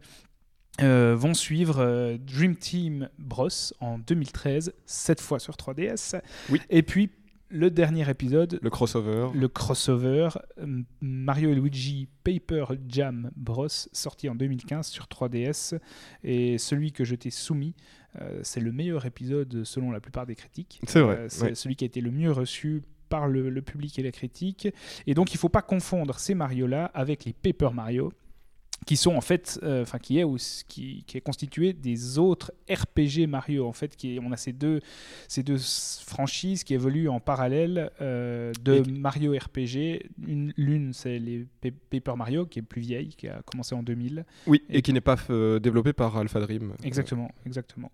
Euh, vont suivre euh, Dream Team Bros en deux mille treize, cette fois sur trois D S. Oui. Et puis, le dernier épisode, le crossover. le crossover euh, Mario et Luigi Paper Jam Bros, sorti en deux mille quinze sur trois D S, et celui que je t'ai soumis, euh, c'est le meilleur épisode selon la plupart des critiques. C'est vrai, Euh, c'est ouais. celui qui a été le mieux reçu par le, le public et la critique, et donc il ne faut pas confondre ces Mario-là avec les Paper Mario, qui sont en fait, euh, enfin qui est aussi- qui, qui est constitué des autres R P G Mario. En fait, qui est- on a ces deux ces deux s- franchises qui évoluent en parallèle euh, de Et- Mario R P G. Une, l'une c'est les Pa- Paper Mario, qui est plus vieille, qui a commencé en deux mille. Oui, Et- et qui n'est pas euh, développé par Alpha Dream. Exactement, exactement.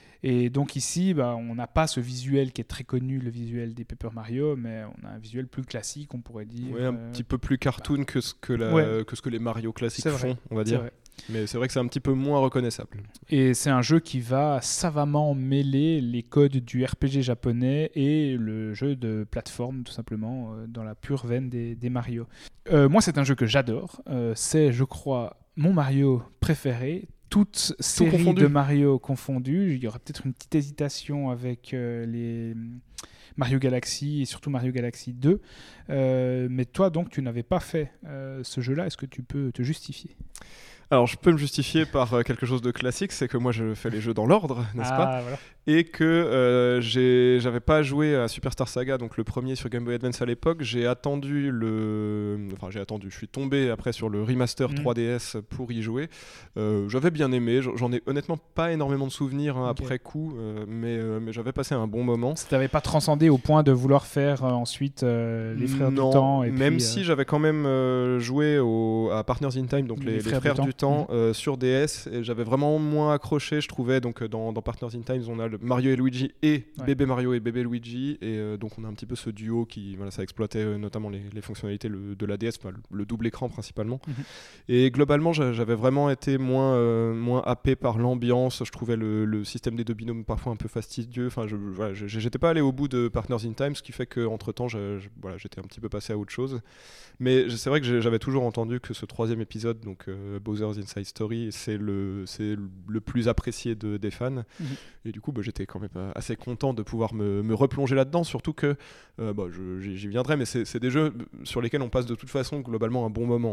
Et donc ici, bah, on n'a pas ce visuel qui est très connu, le visuel des Paper Mario, mais on a un visuel plus classique, on pourrait dire. Ouais, un euh, petit peu plus cartoon que ce que, la- Ouais. que ce que les Mario classiques C'est vrai, font, on va c'est dire. vrai. Mais c'est vrai que c'est un petit peu moins reconnaissable. Et c'est un jeu qui va savamment mêler les codes du R P G japonais et le jeu de plateforme, tout simplement, euh, dans la pure veine des, des Mario. Euh, moi, c'est un jeu que j'adore. Euh, c'est, je crois, mon Mario préféré. Toutes séries confondu. de Mario confondues. Il y aura peut-être une petite hésitation avec euh, les Mario Galaxy et surtout Mario Galaxy deux. Euh, mais toi, donc, tu n'avais pas fait euh, ce jeu-là. Est-ce que tu peux te justifier ? Alors, je peux me justifier par euh, quelque chose de classique, c'est que moi, je fais les jeux dans l'ordre, n'est-ce pas ? Ah, voilà. Et que euh, j'ai- j'avais pas joué à Superstar Saga, donc le premier sur Game Boy Advance à l'époque. J'ai attendu le... Enfin, j'ai attendu, je suis tombé après sur le remaster Mm. trois D S pour y jouer. Euh, j'avais bien aimé, j'en j'en ai honnêtement pas énormément de souvenirs hein, Ok. après coup, euh, mais, euh, mais j'avais passé un bon moment. Ça t'avait pas transcendé au point de vouloir faire euh, ensuite euh, les Frères Non, du Temps et même puis, si euh, j'avais quand même euh, joué au, à Partners in Time, donc les, Les les Frères frères, du du Temps. Temps, euh, sur D S, et j'avais vraiment moins accroché, je trouvais. Donc euh, dans, dans Partners in Time, on a le Mario et Luigi et Ouais. bébé Mario et bébé Luigi, et euh, donc on a un petit peu ce duo qui, voilà, ça exploitait euh, notamment les, les fonctionnalités le- de la D S, enfin, le, le double écran principalement. Mhm. Et globalement, j'a- j'avais vraiment été moins, euh, moins happé par l'ambiance. Je trouvais le, le système des deux binômes parfois un peu fastidieux. Enfin, je, voilà, je- j'étais pas allé au bout de Partners in Time, ce qui fait qu'entre temps, je- je- voilà, j'étais un petit peu passé à autre chose. Mais je- c'est vrai que j'ai- j'avais toujours entendu que ce troisième épisode, donc euh, Bowser's Inside Story, c'est le, c'est le plus apprécié de, des fans. Mhm. Et du coup, bah, j'étais quand même euh, assez content de pouvoir me, me replonger là-dedans, surtout que, euh, bah, je- j'y j'y viendrai, mais c'est c'est des jeux sur lesquels on passe de toute façon globalement un bon moment. Hein.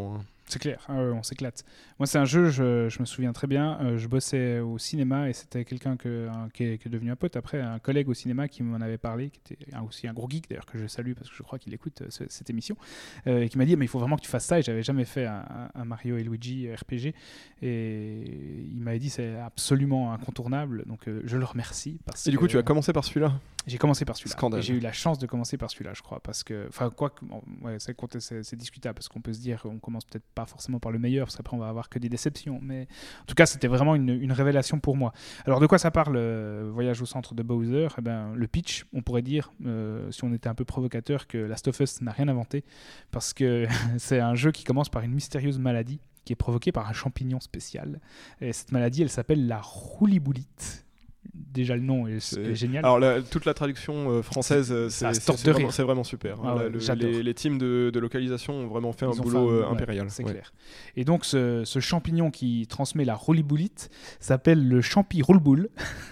C'est clair, ah ouais, on s'éclate. Moi, c'est un jeu, je, je me souviens très bien, euh, je bossais au cinéma et c'était quelqu'un que, un, qui, est, qui est devenu un pote après, un collègue au cinéma qui m'en avait parlé, qui était un, aussi un gros geek d'ailleurs, que je salue parce que je crois qu'il écoute euh, ce, cette émission, euh, et qui m'a dit mais il faut vraiment que tu fasses ça, et j'avais jamais fait un, un Mario et Luigi R P G, et il m'avait dit c'est absolument incontournable, donc euh, je le remercie. Parce et du que, coup, tu as commencé par celui-là? J'ai commencé par celui-là. Scandale. Et j'ai eu la chance de commencer par celui-là, je crois. Parce que, enfin, quoi que, bon, ouais, c'est, c'est, c'est discutable, parce qu'on peut se dire qu'on commence peut-être pas forcément par le meilleur, parce qu'après on va avoir que des déceptions. Mais en tout cas, c'était vraiment une, une révélation pour moi. Alors, de quoi ça parle, euh, Voyage au centre de Bowser? Eh ben, le pitch, on pourrait dire, euh, si on était un peu provocateur, que Last of Us n'a rien inventé, parce que c'est un jeu qui commence par une mystérieuse maladie qui est provoquée par un champignon spécial. Et cette maladie, elle s'appelle la rouliboulite. Déjà le nom est, c'est... est génial. Alors la, toute la traduction euh, française, euh, c'est, c'est, c'est, vraiment, c'est vraiment super. Ah hein. ouais, Là, le, les, les teams de, de localisation ont vraiment fait Ils un boulot fait un, euh, impérial. Ouais, c'est ouais. clair. Et donc ce, ce champignon qui transmet la rouliboulite s'appelle le champi rouleboule.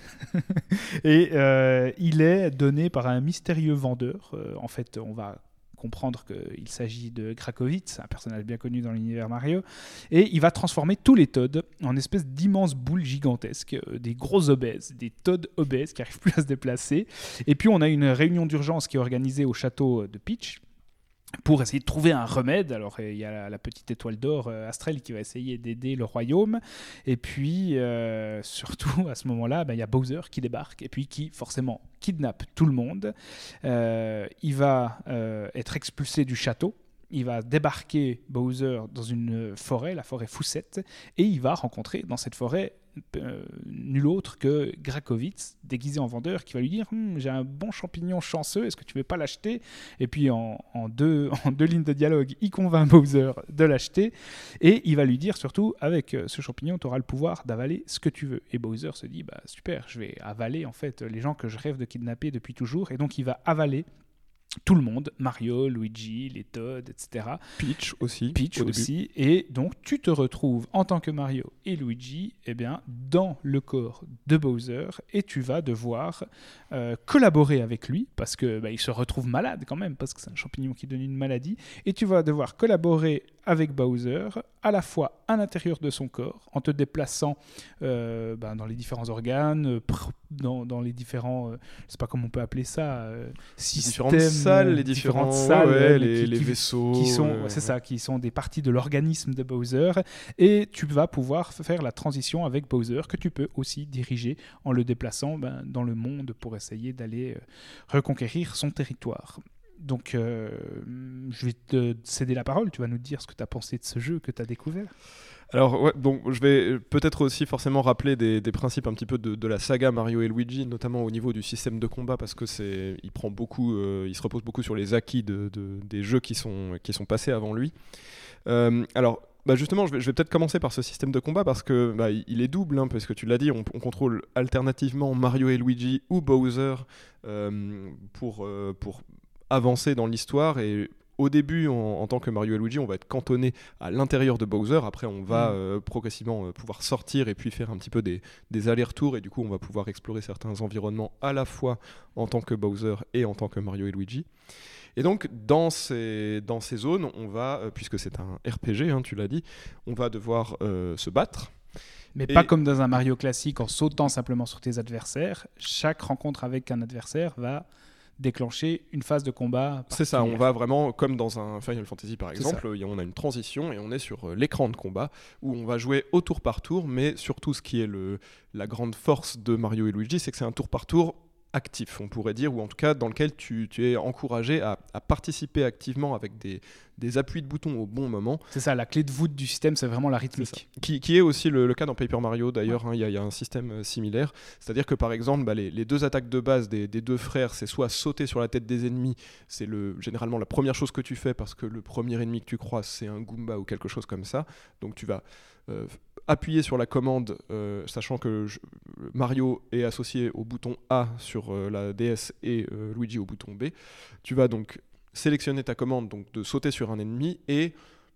Et euh, il est donné par un mystérieux vendeur. Euh, en fait, on va comprendre qu'il s'agit de Krakowitz, un personnage bien connu dans l'univers Mario, et il va transformer tous les Toads en espèces d'immenses boules gigantesques, euh, des gros obèses, des Toads obèses qui n'arrivent plus à se déplacer. Et puis on a une réunion d'urgence qui est organisée au château de Peach pour essayer de trouver un remède. Alors il y a la, la petite étoile d'or euh, Astrel qui va essayer d'aider le royaume, et puis euh, surtout à ce moment-là il ben, y a Bowser qui débarque et puis qui forcément kidnappe tout le monde. Euh, il va euh, être expulsé du château. Il va débarquer Bowser dans une forêt, la forêt Foussette, et il va rencontrer dans cette forêt euh, nul autre que Krakowitz, déguisé en vendeur, qui va lui dire hm, « J'ai un bon champignon chanceux, est-ce que tu veux pas l'acheter ?» Et puis en, en, deux, en deux lignes de dialogue, il convainc Bowser de l'acheter, et il va lui dire surtout « Avec ce champignon, tu auras le pouvoir d'avaler ce que tu veux. » Et Bowser se dit bah, « Super, je vais avaler en fait les gens que je rêve de kidnapper depuis toujours. » Et donc il va avaler tout le monde, Mario, Luigi, les Toads, et cetera. Peach aussi. Peach aussi. Et donc, tu te retrouves en tant que Mario et Luigi eh bien, dans le corps de Bowser et tu vas devoir euh, collaborer avec lui parce qu'il bah, se retrouve malade quand même, parce que c'est un champignon qui donne une maladie. Et tu vas devoir collaborer avec Bowser à la fois à l'intérieur de son corps, en te déplaçant euh, ben, dans les différents organes, dans, dans les différents, euh, je ne sais pas comment on peut appeler ça, euh, systèmes, différentes salles, les différentes salles, ouais, ouais, les, qui, les vaisseaux, qui sont, euh, c'est ça, qui sont des parties de l'organisme de Bowser, et tu vas pouvoir faire la transition avec Bowser que tu peux aussi diriger en le déplaçant ben, dans le monde pour essayer d'aller euh, reconquérir son territoire. Donc, euh, je vais te céder la parole. Tu vas nous dire ce que tu as pensé de ce jeu que tu as découvert. Alors, ouais, bon, je vais peut-être aussi forcément rappeler des, des principes un petit peu de, de la saga Mario et Luigi, notamment au niveau du système de combat, parce que c'est, il prend beaucoup, euh, il se repose beaucoup sur les acquis de, de, des jeux qui sont, qui sont passés avant lui. Euh, alors. Bah justement, je vais, je vais peut-être commencer par ce système de combat parce que bah, il est double, hein, parce que tu l'as dit, on, on contrôle alternativement Mario et Luigi ou Bowser euh, pour, euh, pour avancer dans l'histoire. Et au début, en, en tant que Mario et Luigi, on va être cantonné à l'intérieur de Bowser. Après, on va mmh. euh, progressivement euh, pouvoir sortir et puis faire un petit peu des, des allers-retours. Et du coup, on va pouvoir explorer certains environnements à la fois en tant que Bowser et en tant que Mario et Luigi. Et donc, dans ces, dans ces zones, on va, euh, puisque c'est un R P G, hein, tu l'as dit, on va devoir euh, se battre. Mais et... pas comme dans un Mario classique en sautant simplement sur tes adversaires. Chaque rencontre avec un adversaire va déclencher une phase de combat. C'est ça, on va vraiment, comme dans un Final Fantasy par exemple, on a une transition et on est sur l'écran de combat où on va jouer au tour par tour, mais surtout ce qui est le, la grande force de Mario et Luigi, c'est que c'est un tour par tour actif, on pourrait dire, ou en tout cas dans lequel tu, tu es encouragé à, à participer activement avec des, des appuis de boutons au bon moment. C'est ça, la clé de voûte du système, c'est vraiment la rythmique. Qui, qui est aussi le, le cas dans Paper Mario d'ailleurs, il ouais. hein, y, y a un système euh, similaire, c'est-à-dire que par exemple, bah, les, les deux attaques de base des, des deux frères, c'est soit sauter sur la tête des ennemis, c'est le, généralement la première chose que tu fais parce que le premier ennemi que tu croises, c'est un Goomba ou quelque chose comme ça, donc tu vas... Euh, appuyer sur la commande, euh, sachant que je, Mario est associé au bouton A sur euh, la D S et euh, Luigi au bouton B. Tu vas donc sélectionner ta commande donc de sauter sur un ennemi et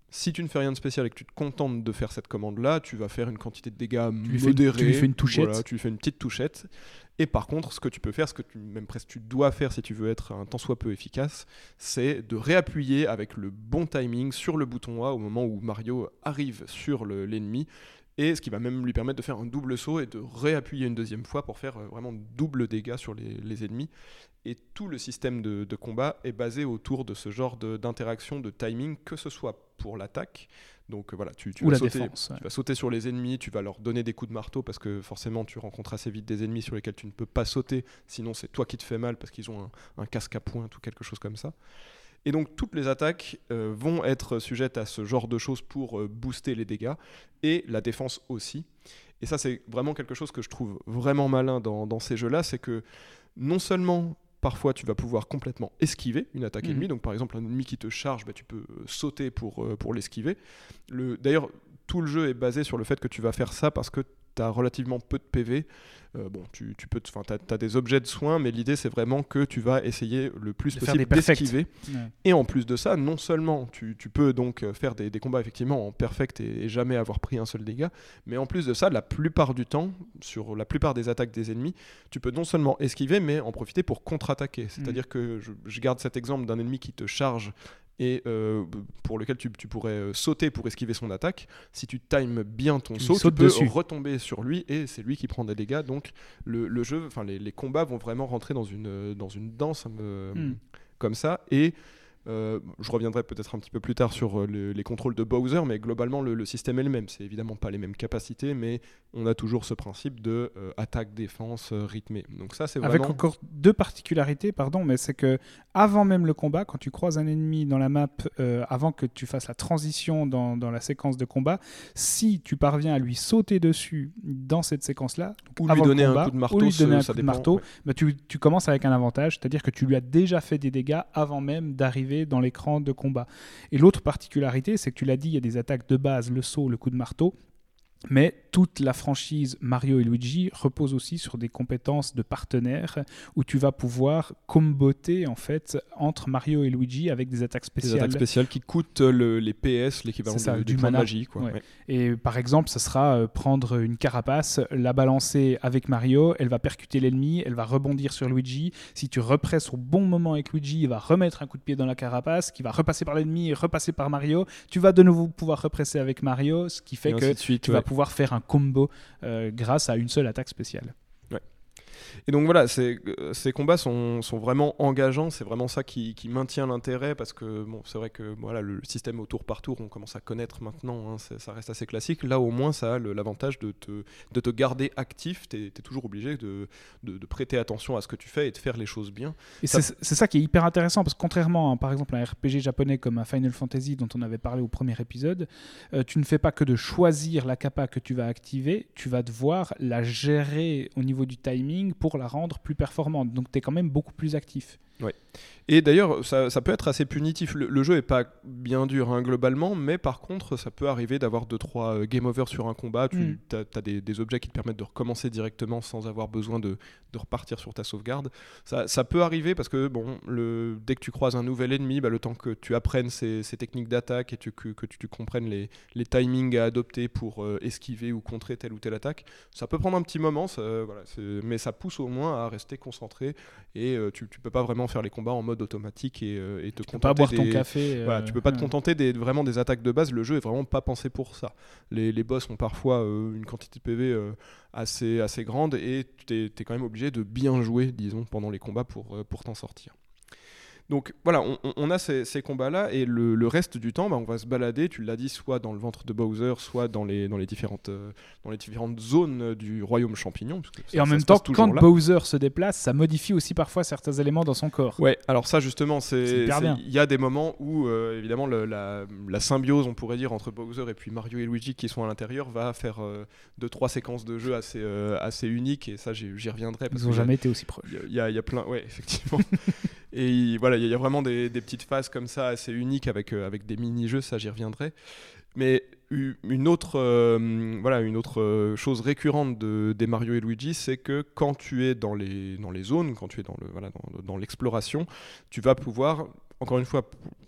Si tu ne fais rien de spécial et que tu te contentes de faire cette commande-là, tu vas faire une quantité de dégâts tu lui modérée. Fais, tu lui fais une touchette. Voilà, tu lui fais une petite touchette. Et par contre, ce que tu peux faire, ce que tu, même presque tu dois faire si tu veux être un tant soit peu efficace, c'est de réappuyer avec le bon timing sur le bouton A au moment où Mario arrive sur le, l'ennemi. Et ce qui va même lui permettre de faire un double saut et de réappuyer une deuxième fois pour faire vraiment double dégâts sur les, les ennemis. Et tout le système de, de combat est basé autour de ce genre de, d'interaction, de timing, que ce soit pour l'attaque. Donc voilà, tu, tu, Ou vas la sauter, défense, ouais. tu vas sauter sur les ennemis, tu vas leur donner des coups de marteau parce que forcément tu rencontres assez vite des ennemis sur lesquels tu ne peux pas sauter, sinon c'est toi qui te fais mal parce qu'ils ont un, un casque à pointe ou quelque chose comme ça. Et donc toutes les attaques euh, vont être sujettes à ce genre de choses pour euh, booster les dégâts et la défense aussi. Et ça c'est vraiment quelque chose que je trouve vraiment malin dans, dans ces jeux-là, c'est que non seulement parfois tu vas pouvoir complètement esquiver une attaque mmh. ennemie, donc par exemple un ennemi qui te charge, bah, tu peux sauter pour, euh, pour l'esquiver. Le, d'ailleurs tout le jeu est basé sur le fait que tu vas faire ça parce que tu as relativement peu de P V. Euh, bon, tu, tu peux, enfin, t'as, t'as des objets de soins, mais l'idée c'est vraiment que tu vas essayer le plus de possible d'esquiver. Ouais. Et en plus de ça, non seulement tu, tu peux donc faire des, des combats effectivement en perfect et, et jamais avoir pris un seul dégât, mais en plus de ça, la plupart du temps, sur la plupart des attaques des ennemis, tu peux non seulement esquiver, mais en profiter pour contre-attaquer. C'est-à-dire mmh. que je, je garde cet exemple d'un ennemi qui te charge et euh, pour lequel tu, tu pourrais sauter pour esquiver son attaque. Si tu times bien ton tu saut, tu peux dessus. retomber sur lui et c'est lui qui prend des dégâts. Donc le, le jeu, enfin les, les combats vont vraiment rentrer dans une, dans une danse euh, mm. comme ça. Et euh, je reviendrai peut-être un petit peu plus tard sur le, les contrôles de Bowser, mais globalement le, le système est le même. C'est évidemment pas les mêmes capacités, mais on a toujours ce principe de euh, attaque-défense euh, rythmée. Donc ça, c'est vraiment... Avec encore deux particularités, pardon, mais c'est que avant même le combat, quand tu croises un ennemi dans la map, euh, avant que tu fasses la transition dans, dans la séquence de combat, si tu parviens à lui sauter dessus dans cette séquence-là, ou lui donner combat, un coup de marteau, ou lui donner un ça coup dépend, de marteau, ouais. bah tu, tu commences avec un avantage, c'est-à-dire que tu lui as déjà fait des dégâts avant même d'arriver dans l'écran de combat. Et l'autre particularité, c'est que tu l'as dit, il y a des attaques de base, le saut, le coup de marteau, mais toute la franchise Mario et Luigi repose aussi sur des compétences de partenaires où tu vas pouvoir comboter en fait entre Mario et Luigi avec des attaques spéciales. Des attaques spéciales qui coûtent le, les P S, l'équivalent ça, de, du points de magie. Quoi. Ouais. Ouais. Et par exemple, ce sera euh, prendre une carapace, la balancer avec Mario, elle va percuter l'ennemi, elle va rebondir sur Luigi. Si tu represses au bon moment avec Luigi, il va remettre un coup de pied dans la carapace, qui va repasser par l'ennemi et repasser par Mario. Tu vas de nouveau pouvoir represser avec Mario, ce qui fait et que suite, tu ouais. vas pouvoir faire un combo euh, grâce à une seule attaque spéciale. Ouais. Et donc voilà, ces, ces combats sont, sont vraiment engageants, c'est vraiment ça qui, qui maintient l'intérêt parce que bon, c'est vrai que voilà, le système au tour par tour, on commence à connaître maintenant, hein, ça reste assez classique. Là au moins ça a le, l'avantage de te, de te garder actif, tu es toujours obligé de, de, de prêter attention à ce que tu fais et de faire les choses bien. Et ça... c'est, c'est ça qui est hyper intéressant parce que contrairement à, par exemple à un R P G japonais comme un Final Fantasy dont on avait parlé au premier épisode, euh, tu ne fais pas que de choisir la capa que tu vas activer, tu vas devoir la gérer au niveau du timing pour la rendre plus performante. Donc tu es quand même beaucoup plus actif. Ouais. Et d'ailleurs, ça, ça peut être assez punitif. Le, le jeu est pas bien dur hein, globalement, mais par contre, ça peut arriver d'avoir deux trois euh, game over sur un combat. Tu mm. as des, des objets qui te permettent de recommencer directement sans avoir besoin de, de repartir sur ta sauvegarde. Ça, ça peut arriver parce que bon, le, dès que tu croises un nouvel ennemi, bah, le temps que tu apprennes ces, ces techniques d'attaque et tu, que, que tu, tu comprennes les, les timings à adopter pour euh, esquiver ou contrer telle ou telle attaque, ça peut prendre un petit moment, ça, voilà, mais ça pousse au moins à rester concentré et euh, tu, tu peux pas vraiment faire les combats en mode automatique et, euh, et te tu contenter peux pas boire des... ton café euh... voilà, tu peux pas te contenter des, vraiment des attaques de base. Le jeu est vraiment pas pensé pour ça. Les, les boss ont parfois euh, une quantité de P V euh, assez, assez grande et tu es quand même obligé de bien jouer, disons, pendant les combats pour, euh, pour t'en sortir. Donc voilà, on, on a ces, ces combats-là et le, le reste du temps, bah, on va se balader, tu l'as dit, soit dans le ventre de Bowser, soit dans les, dans les, différentes, euh, dans les différentes zones du royaume champignon. Parce que ça, et en ça même temps, quand là. Bowser se déplace, ça modifie aussi parfois certains éléments dans son corps. Ouais, alors ça justement, c'est, c'est hyper bien. Il y a des moments où, euh, évidemment, le, la, la symbiose, on pourrait dire, entre Bowser et puis Mario et Luigi qui sont à l'intérieur va faire euh, deux, trois séquences de jeu assez, euh, assez uniques et ça, j'y, j'y reviendrai. Parce Ils n'ont jamais été aussi proches. Il y, y, y a plein, ouais, effectivement. Et voilà, il y, y a vraiment des, des petites phases comme ça assez uniques avec, euh, avec des mini-jeux, ça j'y reviendrai. Mais une autre, euh, voilà, une autre euh, chose récurrente de, des Mario et Luigi, c'est que quand tu es dans les, dans les zones, quand tu es dans, le, voilà, dans, dans l'exploration, tu vas pouvoir, encore une fois,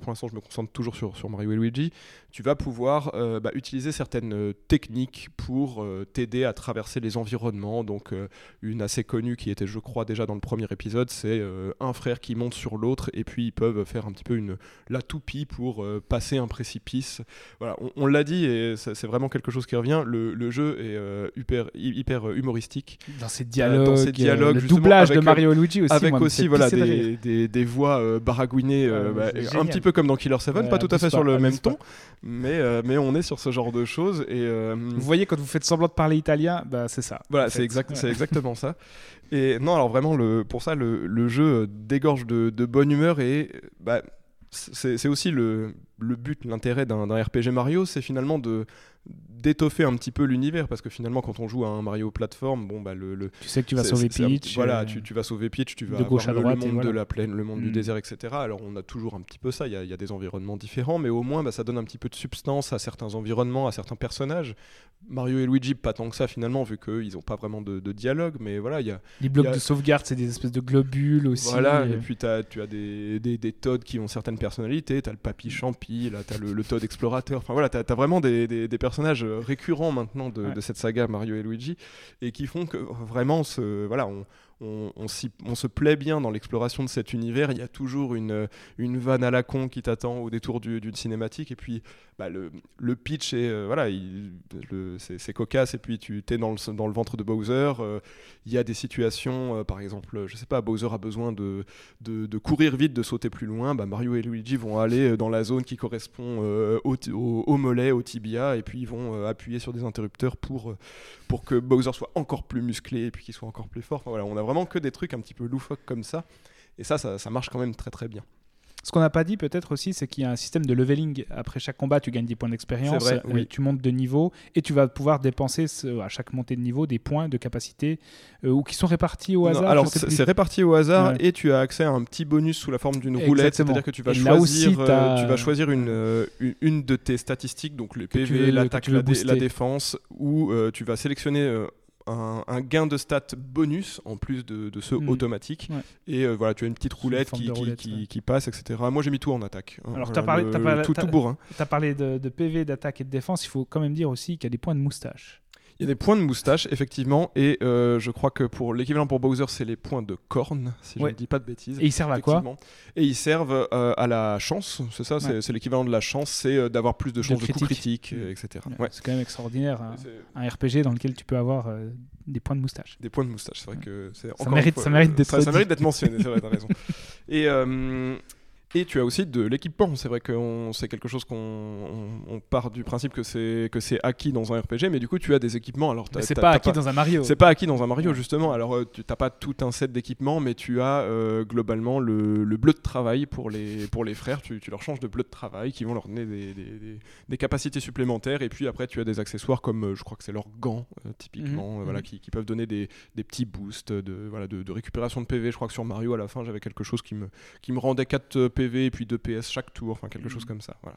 pour l'instant je me concentre toujours sur, sur Mario et Luigi, tu vas pouvoir euh, bah, utiliser certaines euh, techniques pour euh, t'aider à traverser les environnements. Donc euh, une assez connue qui était je crois déjà dans le premier épisode, c'est euh, un frère qui monte sur l'autre et puis ils peuvent faire un petit peu une, la toupie pour euh, passer un précipice. Voilà, on, on l'a dit et ça, c'est vraiment quelque chose qui revient, le, le jeu est euh, hyper, hyper humoristique. Dans ses dialogues, euh, dans ses dialogues euh, le doublage avec, de Mario et Luigi aussi. Avec moi, aussi voilà, des, des, des voix euh, baragouinées, euh, ouais, bah, un petit peu comme dans Killer sept, ouais, pas tout à fait sur le même ton, mais, euh, mais on est sur ce genre de choses. Et, euh, vous voyez, quand vous faites semblant de parler italien, bah, c'est ça. Voilà, c'est, exact, ouais. c'est exactement ça. Et non, alors vraiment, le, pour ça, le, le jeu dégorge de, de bonne humeur et bah, c'est, c'est aussi le, le but, l'intérêt d'un, d'un R P G Mario, c'est finalement de d'étoffer un petit peu l'univers, parce que finalement quand on joue à un Mario plateforme, bon bah le, le tu sais que tu vas sauver Peach, voilà, euh... tu, tu vas sauver Peach, tu vas de gauche avoir à droite, le, le monde voilà. de la plaine, le monde mm. du désert, et cetera. Alors on a toujours un petit peu ça, il y, y a des environnements différents, mais au moins bah, ça donne un petit peu de substance à certains environnements, à certains personnages. Mario et Luigi pas tant que ça finalement, vu qu'eux ils ont pas vraiment de, de dialogue, mais voilà, il y a les blocs y a... de sauvegarde, c'est des espèces de globules aussi. Voilà, et, et puis t'as, tu as des, des, des Toads qui ont certaines personnalités, t'as le Papy Champi, là t'as le, le Toad Explorateur, enfin voilà, t'as, t'as vraiment des, des, des personnages récurrents maintenant de, ouais. de cette saga Mario et Luigi, et qui font que vraiment ce, voilà, on, on, on, on se plaît bien dans l'exploration de cet univers. Il y a toujours une, une vanne à la con qui t'attend au détour du, d'une cinématique, et puis bah, le, le pitch est, euh, voilà, il, le, c'est, c'est cocasse, et puis tu t'es dans le, dans le ventre de Bowser. Euh, il y a des situations, euh, par exemple, je sais pas, Bowser a besoin de, de, de courir vite, de sauter plus loin, bah, Mario et Luigi vont aller dans la zone qui correspond euh, au, au, au mollet, au tibia, et puis ils vont euh, appuyer sur des interrupteurs pour, pour que Bowser soit encore plus musclé et puis qu'il soit encore plus fort. Enfin, voilà, on a vraiment que des trucs un petit peu loufoques comme ça, et ça, ça, ça marche quand même très très bien. Ce qu'on n'a pas dit peut-être aussi, c'est qu'il y a un système de leveling. Après chaque combat, tu gagnes des points d'expérience, c'est vrai, oui. euh, tu montes de niveau et tu vas pouvoir dépenser ce, à chaque montée de niveau des points de capacité euh, ou qui sont répartis au hasard. Non, alors c'est, c'est réparti au hasard, ouais. Et tu as accès à un petit bonus sous la forme d'une Exactement. roulette, c'est-à-dire que tu vas, choisir, euh, tu vas choisir une, euh, une de tes statistiques, donc le P V, veux, l'attaque, la, dé- la défense, ou euh, tu vas sélectionner... Euh, Un, un gain de stats bonus en plus de, de ceux mmh. automatiques, ouais. Et euh, voilà, tu as une petite roulette, qui, roulette qui, qui, qui passe, et cetera. Moi j'ai mis tout en attaque. Alors tu as parlé, le, t'as parlé, tout, t'as, tout bourrin. Tu as parlé de, de P V, d'attaque et de défense. Il faut quand même dire aussi qu'il y a des points de moustache. Il y a des points de moustache, effectivement, et euh, je crois que pour l'équivalent pour Bowser, c'est les points de corne, si ouais. je ne dis pas de bêtises. Et ils servent à quoi ? Et ils servent euh, à la chance, c'est ça, ouais. c'est, c'est l'équivalent de la chance, c'est euh, d'avoir plus de chances de, de coups critiques, euh, et cetera. Ouais, ouais. C'est quand même extraordinaire, hein, un R P G dans lequel tu peux avoir euh, des points de moustache. Des points de moustache, c'est vrai ouais. que c'est ça encore mérite, fois, ça mérite d'être ça, ça mérite d'être mentionné, c'est vrai, t'as raison. Et euh, Et tu as aussi de l'équipement. C'est vrai que on, c'est quelque chose qu'on on, on part du principe que c'est, que c'est acquis dans un R P G, mais du coup tu as des équipements. Alors, mais c'est pas acquis pas, dans un Mario. C'est pas acquis dans un Mario, justement. Alors euh, tu n'as pas tout un set d'équipements, mais tu as euh, globalement le, le bleu de travail pour les, pour les frères. Tu, tu leur changes de bleu de travail qui vont leur donner des, des, des, des capacités supplémentaires. Et puis après tu as des accessoires comme, euh, je crois que c'est leurs gants, euh, typiquement, mmh. euh, voilà, mmh. qui, qui peuvent donner des, des petits boosts de, voilà, de, de récupération de P V. Je crois que sur Mario, à la fin, j'avais quelque chose qui me, qui me rendait quatre P V et puis deux P S chaque tour, enfin quelque mmh. chose comme ça, voilà.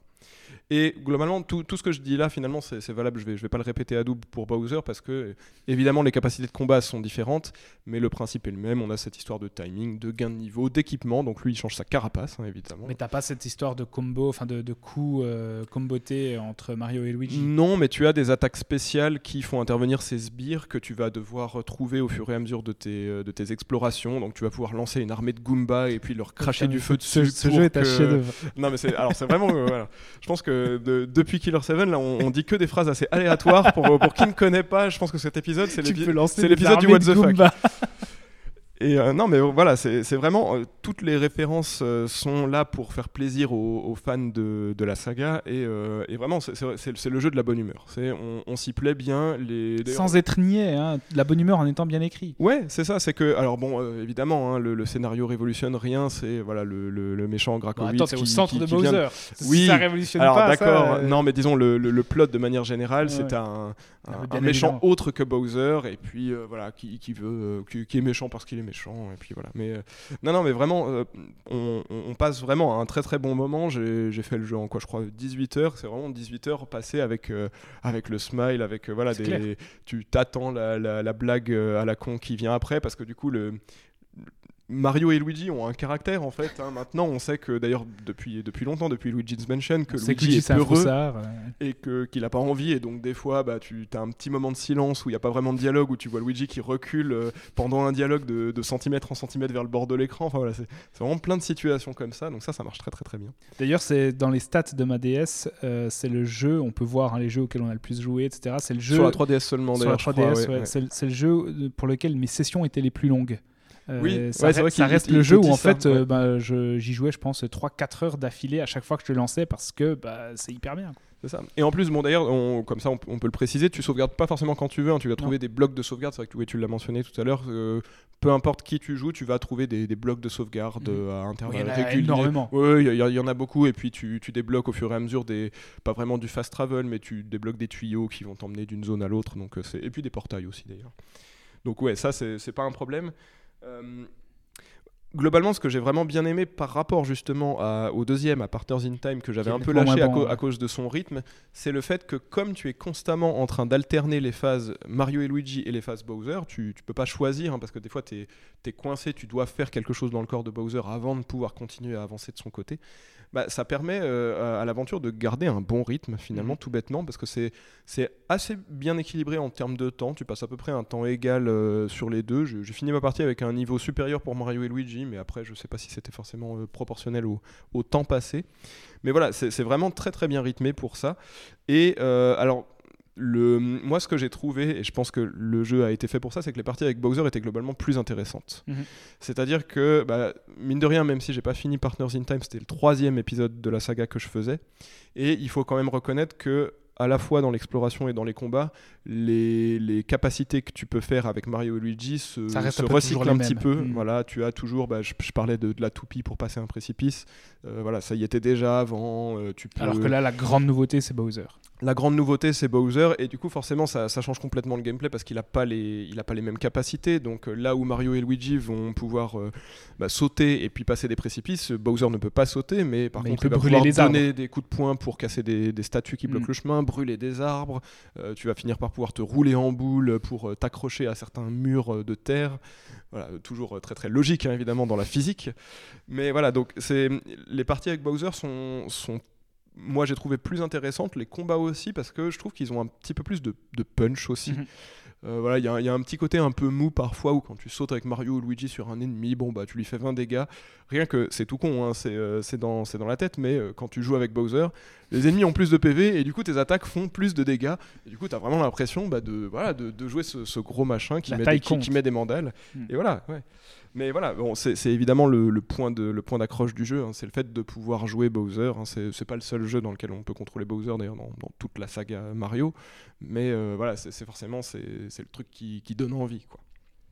Et globalement, tout, tout ce que je dis là, finalement, c'est, c'est valable. Je vais, je vais pas le répéter à double pour Bowser parce que, évidemment, les capacités de combat sont différentes, mais le principe est le même. On a cette histoire de timing, de gain de niveau, d'équipement. Donc lui, il change sa carapace, hein, évidemment. Mais t'as pas cette histoire de combo, enfin de, de coups euh, combotés entre Mario et Luigi. Non, mais tu as des attaques spéciales qui font intervenir ces sbires que tu vas devoir trouver au fur et à mesure de tes, de tes explorations. Donc tu vas pouvoir lancer une armée de Goombas et puis leur cracher du feu dessus. Ce, ce jeu est un chef-d'œuvre. Non, mais c'est, alors c'est vraiment, euh, voilà. Je pense que De, depuis Killer sept, là, on, on dit que des phrases assez aléatoires. Pour, pour qui ne connaît pas, je pense que cet épisode, c'est, l'épi- c'est l'épisode du What the fuck. Et euh, non, mais voilà, c'est, c'est vraiment... Euh, toutes les références euh, sont là pour faire plaisir aux, aux fans de, de la saga. Et, euh, et vraiment, c'est, c'est, c'est, c'est le jeu de la bonne humeur. C'est, on, on s'y plaît bien. Les, les... Sans être niais, hein, la bonne humeur en étant bien écrit. Ouais, c'est ça. C'est que... Alors bon, euh, évidemment, hein, le, le scénario révolutionne rien. C'est voilà, le, le, le méchant Grakowicz. Bah attends, c'est qui, au centre qui, de qui Bowser. Vient... Oui, ça révolutionne alors, pas. D'accord, ça, euh... non, mais disons, le, le, le plot de manière générale, ouais, c'est ouais. un... Un, un méchant évidemment. Autre que Bowser, et puis euh, voilà, qui, qui veut, euh, qui, qui est méchant parce qu'il est méchant, et puis voilà. Mais euh, non, non, mais vraiment, euh, on, on passe vraiment à un très très bon moment. J'ai, j'ai fait le jeu en quoi, je crois, dix-huit heures. C'est vraiment dix-huit heures passées avec euh, avec le smile, avec euh, voilà, des, tu t'attends la, la, la blague à la con qui vient après, parce que du coup le Mario et Luigi ont un caractère en fait. Hein. Maintenant, on sait que d'ailleurs depuis, depuis longtemps, depuis Luigi's Mansion, que Luigi Luigi est peureux froussard, ouais. et que, qu'il n'a pas envie. Et donc des fois, bah, tu as un petit moment de silence où il n'y a pas vraiment de dialogue, où tu vois Luigi qui recule euh, pendant un dialogue de, de centimètre en centimètre vers le bord de l'écran. Enfin, voilà, c'est, c'est vraiment plein de situations comme ça. Donc ça, ça marche très très très bien. D'ailleurs, c'est dans les stats de ma D S, euh, c'est le jeu, on peut voir hein, les jeux auxquels on a le plus joué, et cetera. C'est le jeu, sur la trois D S seulement sur la d'ailleurs. trois D S, je crois, ouais, ouais, ouais. C'est, c'est le jeu pour lequel mes sessions étaient les plus longues. Euh, oui, ça, ouais, re- c'est vrai ça qu'il- reste il- le il jeu te où dit en ça, fait ouais. euh, bah, je, j'y jouais je pense trois quatre heures d'affilée à chaque fois que je le lançais parce que bah, c'est hyper bien quoi. C'est ça. Et en plus, bon d'ailleurs, on- comme ça on, peut- on peut le préciser, tu sauvegardes pas forcément quand tu veux, hein, tu vas trouver Non. des blocs de sauvegarde, c'est vrai que oui, tu l'as mentionné tout à l'heure, euh, peu importe qui tu joues, tu vas trouver des, des blocs de sauvegarde Mhm. euh, à Oui, intervalles il y en a réguliers. énormément. Oui, il y, y en a beaucoup, et puis tu, tu débloques au fur et à mesure des, pas vraiment du fast travel, mais tu débloques des tuyaux qui vont t'emmener d'une zone à l'autre, donc, euh, c'est... et puis des portails aussi d'ailleurs. Donc ouais, ça c'est, c'est pas un problème. Euh, Globalement, ce que j'ai vraiment bien aimé par rapport justement à- au deuxième, à Partners in Time, que j'avais Qui est un peu nettement lâché à, moins bon, co- ouais. à cause de son rythme, c'est le fait que comme tu es constamment en train d'alterner les phases Mario et Luigi et les phases Bowser, tu, tu peux pas choisir, hein, parce que des fois tu es coincé, tu dois faire quelque chose dans le corps de Bowser avant de pouvoir continuer à avancer de son côté. Bah, ça permet euh, à, à l'aventure de garder un bon rythme finalement, Mhm. tout bêtement, parce que c'est, c'est assez bien équilibré en termes de temps. Tu passes à peu près un temps égal euh, sur les deux. Je- J'ai fini ma partie avec un niveau supérieur pour Mario et Luigi, mais après je sais pas si c'était forcément euh, proportionnel au, au temps passé. Mais voilà, c'est, c'est vraiment très très bien rythmé pour ça. Et euh, alors. Le, moi, ce que j'ai trouvé, et je pense que le jeu a été fait pour ça, c'est que les parties avec Bowser étaient globalement plus intéressantes. Mhm. C'est-à-dire que, bah, mine de rien, même si j'ai pas fini Partners in Time, c'était le troisième épisode de la saga que je faisais, et il faut quand même reconnaître que, à la fois dans l'exploration et dans les combats, les, les capacités que tu peux faire avec Mario et Luigi se, Ça reste se un peu recyclent toujours un les petit mêmes. peu. Mm. Voilà, tu as toujours, bah, je, je parlais de, de la toupie pour passer un précipice. Euh, voilà, ça y était déjà avant. Euh, tu peux... Alors que là la grande nouveauté c'est Bowser. La grande nouveauté, c'est Bowser, et du coup, forcément, ça, ça change complètement le gameplay parce qu'il n'a pas, les, il a pas les mêmes capacités. Donc, euh, là où Mario et Luigi vont pouvoir euh, bah, sauter et puis passer des précipices, Bowser ne peut pas sauter, mais par Mais il contre, peut il, va brûler pouvoir les donner des coups de poing pour casser des, des statues qui bloquent Mm. le chemin, brûler des arbres. Euh, tu vas finir par pouvoir te rouler en boule pour euh, t'accrocher à certains murs euh, de terre. Voilà, toujours euh, très très logique, hein, évidemment, dans la physique. Mais voilà, donc c'est, les parties avec Bowser sont, sont moi j'ai trouvé plus intéressantes, les combats aussi, parce que je trouve qu'ils ont un petit peu plus de, de punch aussi. Mhm. Euh, voilà, il y, y a un petit côté un peu mou parfois où quand tu sautes avec Mario ou Luigi sur un ennemi, bon bah tu lui fais vingt dégâts. Rien que c'est tout con, hein, c'est, euh, c'est, dans, c'est dans la tête, mais euh, quand tu joues avec Bowser, les ennemis ont plus de P V et du coup tes attaques font plus de dégâts. Et du coup t'as vraiment l'impression bah, de, voilà, de, de jouer ce, ce gros machin qui La met, taille des, qui, compte. qui met des mandales. Mm. Et voilà, ouais. Mais voilà, bon, c'est, c'est évidemment le, le, point de, le point d'accroche du jeu, hein, c'est le fait de pouvoir jouer Bowser. Hein, c'est, c'est pas le seul jeu dans lequel on peut contrôler Bowser, d'ailleurs, dans, dans toute la saga Mario. Mais euh, voilà, c'est, c'est forcément c'est, c'est le truc qui, qui donne envie, quoi.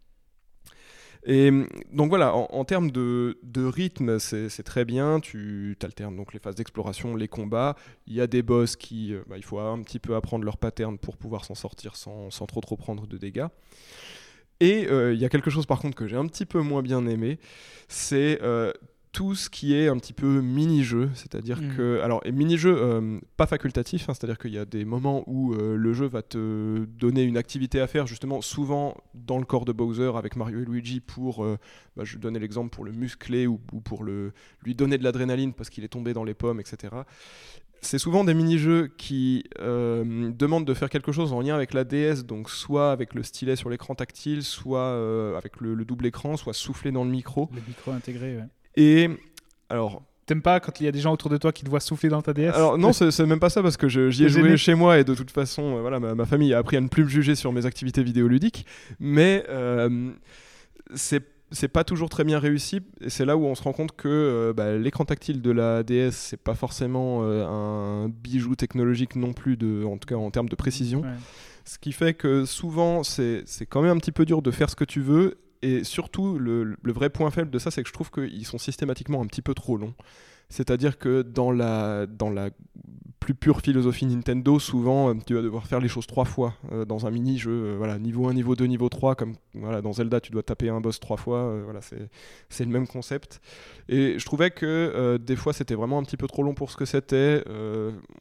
Et donc voilà, en, en termes de, de rythme, c'est, c'est très bien. Tu alternes donc les phases d'exploration, les combats. Il y a des boss qui, euh, bah, il faut un petit peu apprendre leur pattern pour pouvoir s'en sortir sans, sans trop trop prendre de dégâts. Et il euh, y a quelque chose par contre que j'ai un petit peu moins bien aimé, c'est euh, tout ce qui est un petit peu mini-jeu, c'est-à-dire Mmh. que... Alors, et mini-jeu euh, pas facultatif, hein, c'est-à-dire qu'il y a des moments où euh, le jeu va te donner une activité à faire, justement, souvent dans le corps de Bowser avec Mario et Luigi pour, euh, bah, je vais donner l'exemple, pour le muscler ou, ou pour le, lui donner de l'adrénaline parce qu'il est tombé dans les pommes, et cetera. C'est souvent des mini-jeux qui euh, demandent de faire quelque chose en lien avec la D S, donc soit avec le stylet sur l'écran tactile, soit euh, avec le, le double écran, soit souffler dans le micro. Le micro intégré, ouais. Et alors... T'aimes pas quand il y a des gens autour de toi qui te voient souffler dans ta D S? Alors non, c'est, c'est même pas ça parce que je, j'y ai T'es joué gêné. chez moi et de toute façon, euh, voilà, ma, ma famille a appris à ne plus me juger sur mes activités vidéoludiques, mais euh, c'est c'est pas toujours très bien réussi et c'est là où on se rend compte que euh, bah, l'écran tactile de la D S c'est pas forcément euh, un bijou technologique non plus, de, en tout cas en termes de précision, Ouais. ce qui fait que souvent c'est, c'est quand même un petit peu dur de faire ce que tu veux. Et surtout, le, le vrai point faible de ça, c'est que je trouve qu'ils sont systématiquement un petit peu trop longs. C'est-à-dire que dans la, dans la plus pure philosophie Nintendo, souvent, euh, tu vas devoir faire les choses trois fois euh, dans un mini-jeu. Euh, voilà, niveau un, niveau deux, niveau trois, comme voilà, dans Zelda, tu dois taper un boss trois fois. Euh, voilà, c'est, c'est le même concept. Et je trouvais que euh, des fois, c'était vraiment un petit peu trop long pour ce que c'était. Euh,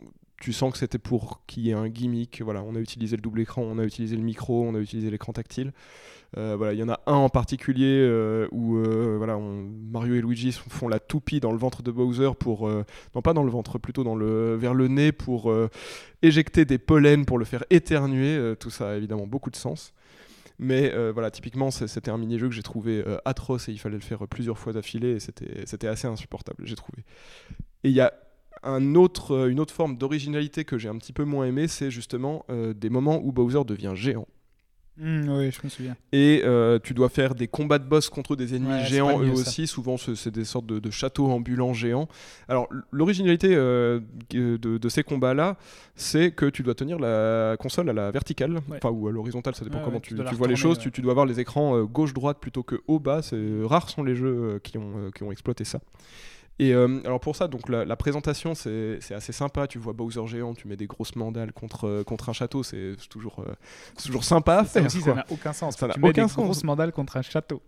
tu sens que c'était pour qu'il y ait un gimmick. Voilà, on a utilisé le double écran, on a utilisé le micro, on a utilisé l'écran tactile. Euh, voilà, il y en a un en particulier euh, où euh, voilà, on, Mario et Luigi font la toupie dans le ventre de Bowser pour euh, non pas dans le ventre, plutôt dans le vers le nez pour euh, éjecter des pollens pour le faire éternuer. Euh, tout ça a évidemment beaucoup de sens. Mais euh, voilà, typiquement, c'est, c'était un mini-jeu que j'ai trouvé euh, atroce et il fallait le faire plusieurs fois d'affilée et c'était, c'était assez insupportable, j'ai trouvé. Et il y a un autre, une autre forme d'originalité que j'ai un petit peu moins aimé, c'est justement euh, des moments où Bowser devient géant. Mmh, oui, je me souviens. Et euh, tu dois faire des combats de boss contre des ennemis ouais, géants eux mieux, aussi. Souvent, c'est, c'est des sortes de, de châteaux ambulants géants. Alors, l'originalité euh, de, de ces combats-là, c'est que tu dois tenir la console à la verticale, ouais. enfin ou à l'horizontale, ça dépend ouais, comment ouais, tu, tu, tu vois les choses. ouais. Tu, tu dois avoir les écrans euh, gauche-droite plutôt que haut-bas. C'est, euh, rares sont les jeux euh, qui, ont, euh, qui ont exploité ça. Et euh, alors pour ça, donc la, la présentation c'est, c'est assez sympa. Tu vois Bowser géant, tu mets des grosses mandales contre, euh, contre un château, c'est, c'est, toujours, euh, c'est toujours sympa à faire. Ça aussi, quoi. ça n'a aucun sens. Ça tu n'a mets aucun des sens. grosses mandales contre un château.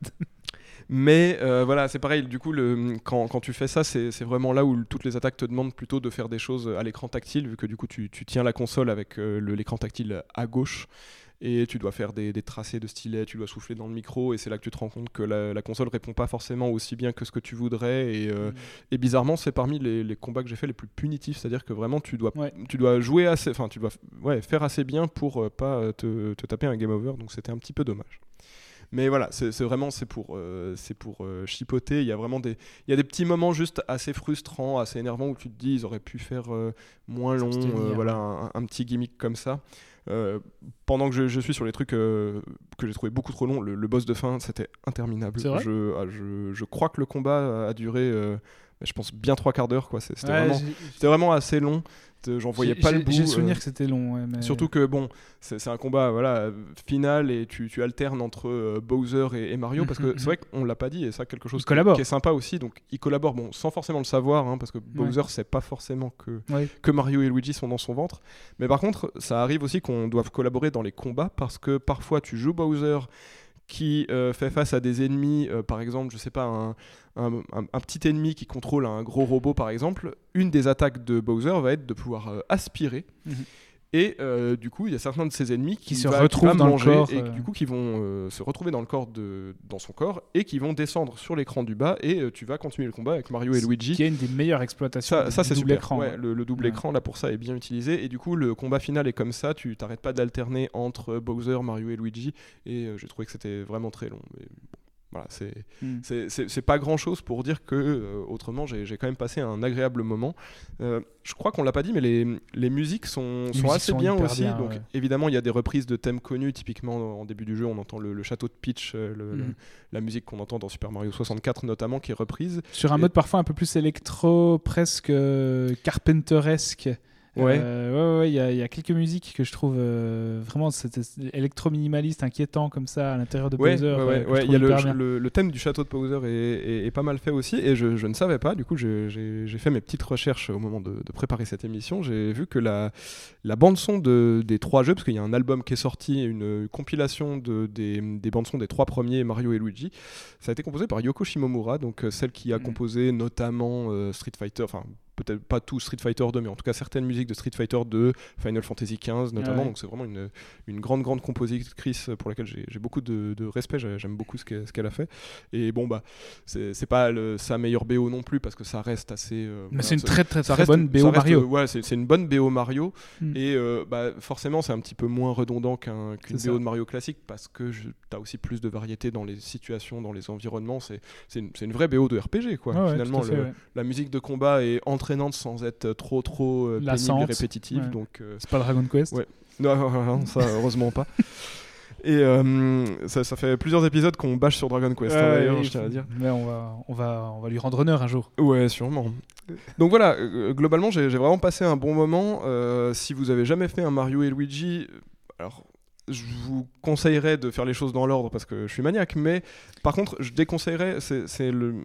Mais euh, voilà, c'est pareil. Du coup, le, quand, quand tu fais ça, c'est, c'est vraiment là où toutes les attaques te demandent plutôt de faire des choses à l'écran tactile, vu que du coup tu, tu tiens la console avec euh, le, l'écran tactile à gauche. Et tu dois faire des, des tracés de stylet, tu dois souffler dans le micro, et c'est là que tu te rends compte que la, la console répond pas forcément aussi bien que ce que tu voudrais. Et, euh, mmh. et bizarrement, c'est parmi les, les combats que j'ai fait les plus punitifs, c'est-à-dire que vraiment tu dois, ouais. tu dois jouer assez, enfin tu dois ouais, faire assez bien pour euh, pas te, te taper un game over. Donc c'était un petit peu dommage. Mais voilà, c'est, c'est vraiment c'est pour, euh, c'est pour euh, chipoter. Il y a vraiment des, il y a des petits moments juste assez frustrants, assez énervants où tu te dis ils auraient pu faire euh, moins long, euh, voilà, un, un petit gimmick comme ça. Euh, pendant que je, je suis sur les trucs euh, que j'ai trouvé beaucoup trop longs, le, le boss de fin c'était interminable. C'est vrai je, ah, je, je crois que le combat a duré, euh, je pense, bien trois quarts d'heure. Quoi. C'était, ouais, vraiment, c'était vraiment assez long. J'en voyais j'ai, pas j'ai, le bout. J'ai le souvenir euh, que c'était long. Ouais, mais... Surtout que bon, c'est, c'est un combat voilà, final et tu, tu alternes entre euh, Bowser et, et Mario, parce que c'est vrai qu'on l'a pas dit et ça quelque chose qui, qui est sympa aussi. Donc ils collaborent, bon, sans forcément le savoir, hein, parce que Bowser ouais. sait pas forcément que, ouais. que Mario et Luigi sont dans son ventre. Mais par contre, ça arrive aussi qu'on doive collaborer dans les combats, parce que parfois tu joues Bowser qui euh, fait face à des ennemis, euh, par exemple, je sais pas, un, un, un, un petit ennemi qui contrôle un gros robot, par exemple. Une des attaques de Bowser va être de pouvoir euh, aspirer. Mm-hmm. Et euh, du coup, il y a certains de ses ennemis qui, qui se va, retrouvent qui dans manger le corps, et euh... du coup qui vont euh, se retrouver dans le corps de, dans son corps et qui vont descendre sur l'écran du bas et euh, tu vas continuer le combat avec Mario et Luigi. Qui est une des meilleures exploitations ça, du, ça, du c'est double super. écran. Ouais, ouais. le, le double ouais. écran là pour ça est bien utilisé et du coup le combat final est comme ça. Tu t'arrêtes pas d'alterner entre Bowser, Mario et Luigi et euh, j'ai trouvé que c'était vraiment très long. Mais bon. Voilà, c'est, mm. c'est, c'est, c'est pas grand chose pour dire que euh, autrement j'ai, j'ai quand même passé un agréable moment. Euh, je crois qu'on l'a pas dit, mais les, les musiques sont, les sont musiques assez sont bien aussi. Bien, donc ouais. Évidemment, il y a des reprises de thèmes connus. Typiquement, en début du jeu, on entend le, le château de Peach, euh, le, mm. le, la musique qu'on entend dans Super Mario soixante-quatre notamment, qui est reprise. Sur un Et... mode parfois un peu plus électro, presque euh, carpenteresque. Ouais. Euh, ouais, ouais, il y, y a quelques musiques que je trouve euh, vraiment électro-minimaliste, inquiétant comme ça à l'intérieur de ouais, Bowser. Ouais, ouais, ouais. Il y a le, le, le thème du château de Bowser est, est, est pas mal fait aussi, et je, je ne savais pas. Du coup, j'ai, j'ai, j'ai fait mes petites recherches au moment de, de préparer cette émission. J'ai vu que la, la bande son de, des trois jeux, parce qu'il y a un album qui est sorti, une compilation de, des, des bandes son des trois premiers, Mario et Luigi, ça a été composé par Yoko Shimomura, donc celle qui a mmh. composé notamment euh, Street Fighter, enfin peut-être pas tout Street Fighter deux, mais en tout cas certaines musiques de Street Fighter deux, Final Fantasy quinze notamment, ouais. Donc c'est vraiment une, une grande grande compositrice pour laquelle j'ai, j'ai beaucoup de, de respect, j'aime beaucoup ce qu'elle, ce qu'elle a fait, et bon bah c'est, c'est pas le, sa meilleure B O non plus, parce que ça reste assez... Euh, mais voilà, c'est une ça, très très, ça très reste, bonne B O reste, Mario. Euh, ouais, c'est, c'est une bonne B O Mario, mm. et euh, bah, forcément c'est un petit peu moins redondant qu'un, qu'une B O de Mario classique, parce que je, t'as aussi plus de variété dans les situations, dans les environnements, c'est, c'est, une, c'est une vraie B O de R P G quoi. Ouais, finalement ouais, fait, le, ouais. La musique de combat est entraînante sans être trop trop euh, pénible et répétitive, ouais. donc euh, c'est pas Dragon Quest. Ouais. Non, non, non, ça heureusement pas. Et euh, ça, ça fait plusieurs épisodes qu'on bâche sur Dragon Quest, ouais, hein, d'ailleurs, je tiens à dire. Mais on va, on va, on va lui rendre honneur un jour. Ouais, sûrement. Donc voilà, euh, globalement, j'ai, j'ai vraiment passé un bon moment. Euh, si vous avez jamais fait un Mario et Luigi, alors je vous conseillerais de faire les choses dans l'ordre parce que je suis maniaque, mais par contre, je déconseillerais, c'est, c'est le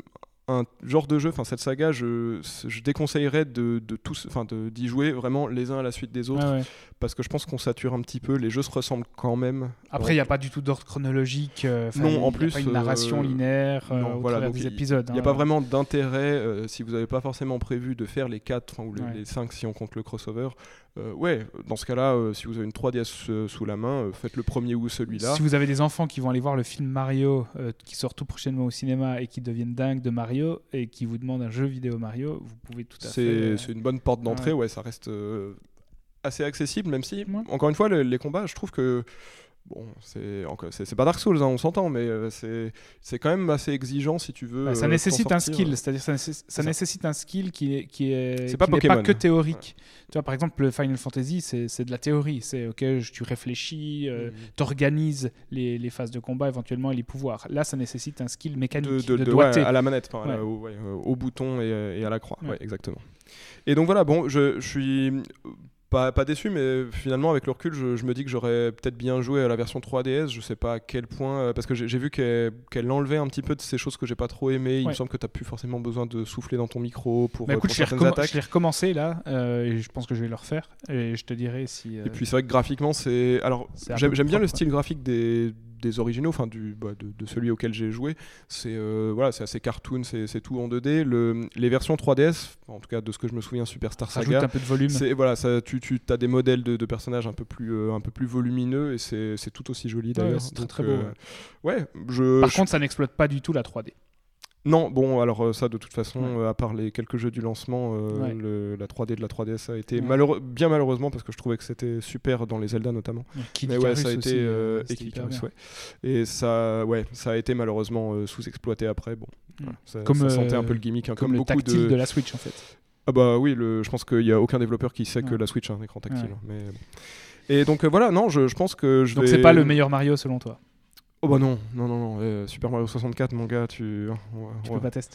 un genre de jeu, enfin cette saga, je, je déconseillerais de, de tous, enfin de, d'y jouer vraiment les uns à la suite des autres, Ah ouais. parce que je pense qu'on sature un petit peu. Les jeux se ressemblent quand même. Après, il n'y a pas du tout d'ordre chronologique. Euh, non, en y a plus, pas une narration euh, linéaire euh, non, au voilà, travers donc des il- épisodes. Il n'y a hein. pas vraiment d'intérêt euh, si vous n'avez pas forcément prévu de faire les quatre ou les, Ouais. les cinq si on compte le crossover. Euh, ouais, dans ce cas-là, euh, si vous avez une trois D S euh, sous la main, euh, faites le premier ou celui-là. Si vous avez des enfants qui vont aller voir le film Mario euh, qui sort tout prochainement au cinéma et qui deviennent dingues de Mario et qui vous demandent un jeu vidéo Mario, vous pouvez tout à C'est fait. euh, c'est une bonne porte d'entrée, ouais. ouais, ça reste euh, assez accessible, même si, Ouais. encore une fois, le- les combats, je trouve que. Bon, c'est encore- c'est c'est pas Dark Souls, hein, on s'entend, mais euh, c'est c'est quand même assez exigeant si tu veux. Bah, ça euh, nécessite t'en un sortir. skill, c'est-à-dire ça, nécess- ça ça. nécessite un skill qui est qui est C'est qui pas n'est Pokémon. pas que théorique. Tu vois, par exemple, le Final Fantasy, c'est c'est de la théorie. C'est ok, je- tu réfléchis, euh, Mhm. t'organises les, les phases de combat éventuellement et les pouvoirs. Là, ça nécessite un skill mécanique de, de, de- de- ouais, doigté. à la manette, enfin, à la- Ouais. au, ouais, euh, au bouton et, et à la croix. Ouais. Ouais, exactement. Et donc voilà, bon, je, je suis pas, pas déçu, mais finalement, avec le recul, je, je me dis que j'aurais peut-être bien joué à la version trois D S. Je sais pas à quel point, euh, parce que j'ai j'ai vu qu'elle qu'elle enlevait un petit peu de ces choses que j'ai pas trop aimées. Il Ouais. me semble que tu plus forcément besoin de souffler dans ton micro pour, Bah, euh, écoute, pour je l'ai, certaines recomm- attaques. je l'ai recommencé là, euh, et je pense que je vais le refaire. Et je te dirai si. euh, Et puis c'est vrai que graphiquement, c'est. Alors, C'est un j'aime peu j'aime bien le propre, style graphique des, des originaux, enfin du, bah, de, de celui auquel j'ai joué. C'est euh, voilà, c'est assez cartoon, c'est c'est tout en deux D. Le, les versions trois D S, en tout cas de ce que je me souviens, Superstar ça ajoute Saga, un peu de volume. c'est voilà, ça, tu, tu as des modèles de, de personnages un peu plus, euh, un peu plus volumineux et c'est c'est tout aussi joli d'ailleurs. Ouais, c'est très, Donc, très beau, euh, ouais, je. Par je- contre, ça n'exploite pas du tout la trois D. non, bon, alors euh, ça, de toute façon, Ouais. euh, à part les quelques jeux du lancement, euh, Ouais. le- la trois D de la trois D S a été Ouais. malheureux- bien malheureusement parce que je trouvais que c'était super dans les Zelda notamment. Kid Mais ouais, Icarus ça a été aussi, euh, euh, et c'était Kid hyper Icarus, bien. ouais. Et ça, ouais, ça a été malheureusement euh, sous-exploité après. Bon, Mm. voilà, ça, Comme, ça sentait euh, un peu le gimmick, hein, Comme, comme, le beaucoup tactile de. de... la Switch en fait. Ah bah oui, le... je pense qu'il n'y a aucun développeur qui sait que Ouais. la Switch a un écran tactile. Ouais. hein, Mais... Et donc euh, voilà, non, je, je pense que je Donc vais. c'est pas le meilleur Mario selon toi. Oh bah non, non, non, non. euh, Super Mario soixante-quatre, mon gars, tu. ouais, Tu ouais. peux pas tester.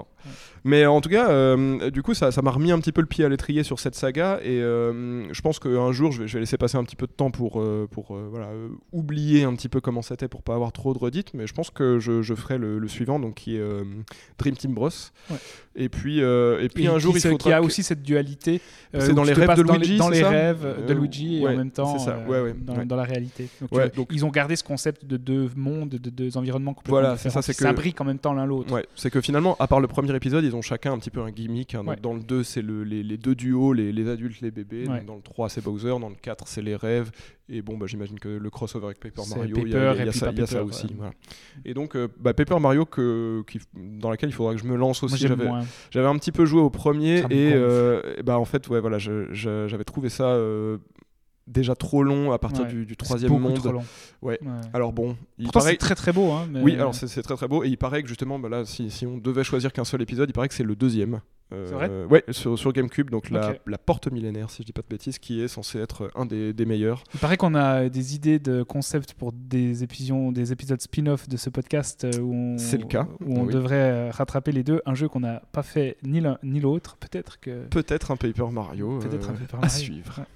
Mais en tout cas, euh, du coup, ça ça m'a remis un petit peu le pied à l'étrier sur cette saga et euh, je pense qu'un jour, je vais, je vais laisser passer un petit peu de temps pour, euh, pour euh, voilà, euh, oublier un petit peu comment c'était pour pas avoir trop de redites, mais je pense que je, je ferai le, le suivant, donc qui est euh, Dream Team Bros. Ouais. Et puis, euh, et puis Et un jour, qui, il se- faudra qui a que- aussi cette dualité. euh, C'est où dans tu les te rêves passes de dans Luigi, les, dans c'est les ça rêves Euh, de Luigi et ouais, en même temps c'est ça. euh, Ouais, ouais, dans, ouais. dans la réalité. Donc, Ouais, euh, donc- ils ont gardé ce concept de deux mondes, de deux environnements complètement Voilà, c'est différents ça, c'est qui que- s'imbriquent en même temps l'un l'autre. Ouais, c'est que finalement, à part le premier épisode, ils ont chacun un petit peu un gimmick. hein. Donc Ouais. Dans le deux, c'est le- les, les deux duos, les, les adultes, les bébés. Ouais. Donc dans le trois, c'est Bowser. Dans le quatre, c'est les rêves. Et bon, bah, j'imagine que le crossover avec Paper C'est Mario, il y a, Paper il y a- et il y a puis ça, pas il y a ça Paper, aussi. ouais. Voilà. Et donc, euh, bah, Paper Mario, que, qui, dans laquelle il faudra que je me lance Moi aussi. j'aime J'avais moins. j'avais un petit peu joué au premier. Ça me Et gonfle. euh, et bah, en fait, ouais, voilà, je- je- j'avais trouvé ça euh, déjà trop long à partir Ouais. du, du C'est troisième beaucoup monde. trop long. Ouais. Ouais. Alors bon, il Pourtant paraît. c'est très très beau. Hein, mais- Oui, alors c'est c'est très très beau et il paraît que justement, bah là, si, si on devait choisir qu'un seul épisode, il paraît que c'est le deuxième. Euh, C'est vrai Ouais, sur, sur GameCube, donc la, Ok. la porte millénaire, si je dis pas de bêtises, qui est censé être un des, des meilleurs. Il paraît qu'on a des idées de concepts pour des épisodes, des épisodes spin-off de ce podcast euh, où on, C'est le cas, où on oui. devrait euh, rattraper les deux. Un jeu qu'on n'a pas fait ni l'un ni l'autre. Peut-être que. Peut-être un Paper Mario, Peut-être un euh, Paper à Mario. suivre. Ouais.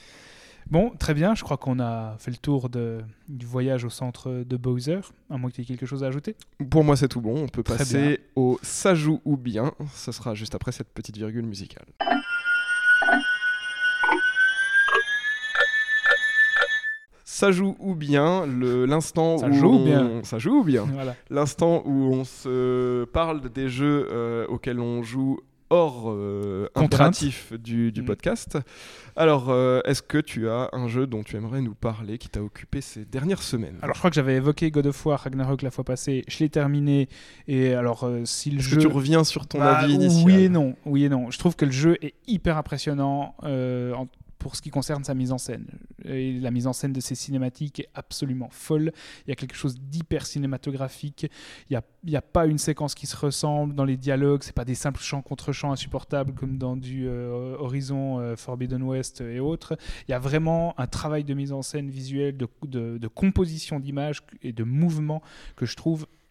Bon, très bien. Je crois qu'on a fait le tour de, du voyage au centre de Bowser. À moins que tu aies quelque chose à ajouter. Pour moi, c'est tout bon. On peut Très passer bien. au Ça joue ou bien. Ce sera juste après cette petite virgule musicale. Ça joue ou bien, le- l'instant Ça où joue ou on- bien ça joue ou bien, Voilà. l'instant où on se parle des jeux euh, auxquels on joue hors euh, Contrainte. impératif du, du Mm. podcast. Alors, euh, est-ce que tu as un jeu dont tu aimerais nous parler qui t'a occupé ces dernières semaines? Alors, je crois que j'avais évoqué God of War Ragnarok la fois passée. Je l'ai terminé. Et alors, euh, si le Est-ce jeu. que tu reviens sur ton Bah, avis initial? Oui et non. Oui et non. Je trouve que le jeu est hyper impressionnant euh, en- pour ce qui concerne sa mise en scène. Et la mise en scène de ces cinématiques est absolument folle. Il y a quelque chose d'hyper cinématographique. Il n'y a, il y a pas une séquence qui se ressemble dans les dialogues. C'est pas des simples chants contre chants insupportables comme dans du euh, Horizon euh, Forbidden West et autres. Il y a vraiment un travail de mise en scène visuelle, de, de, de composition d'images et de mouvement que je trouve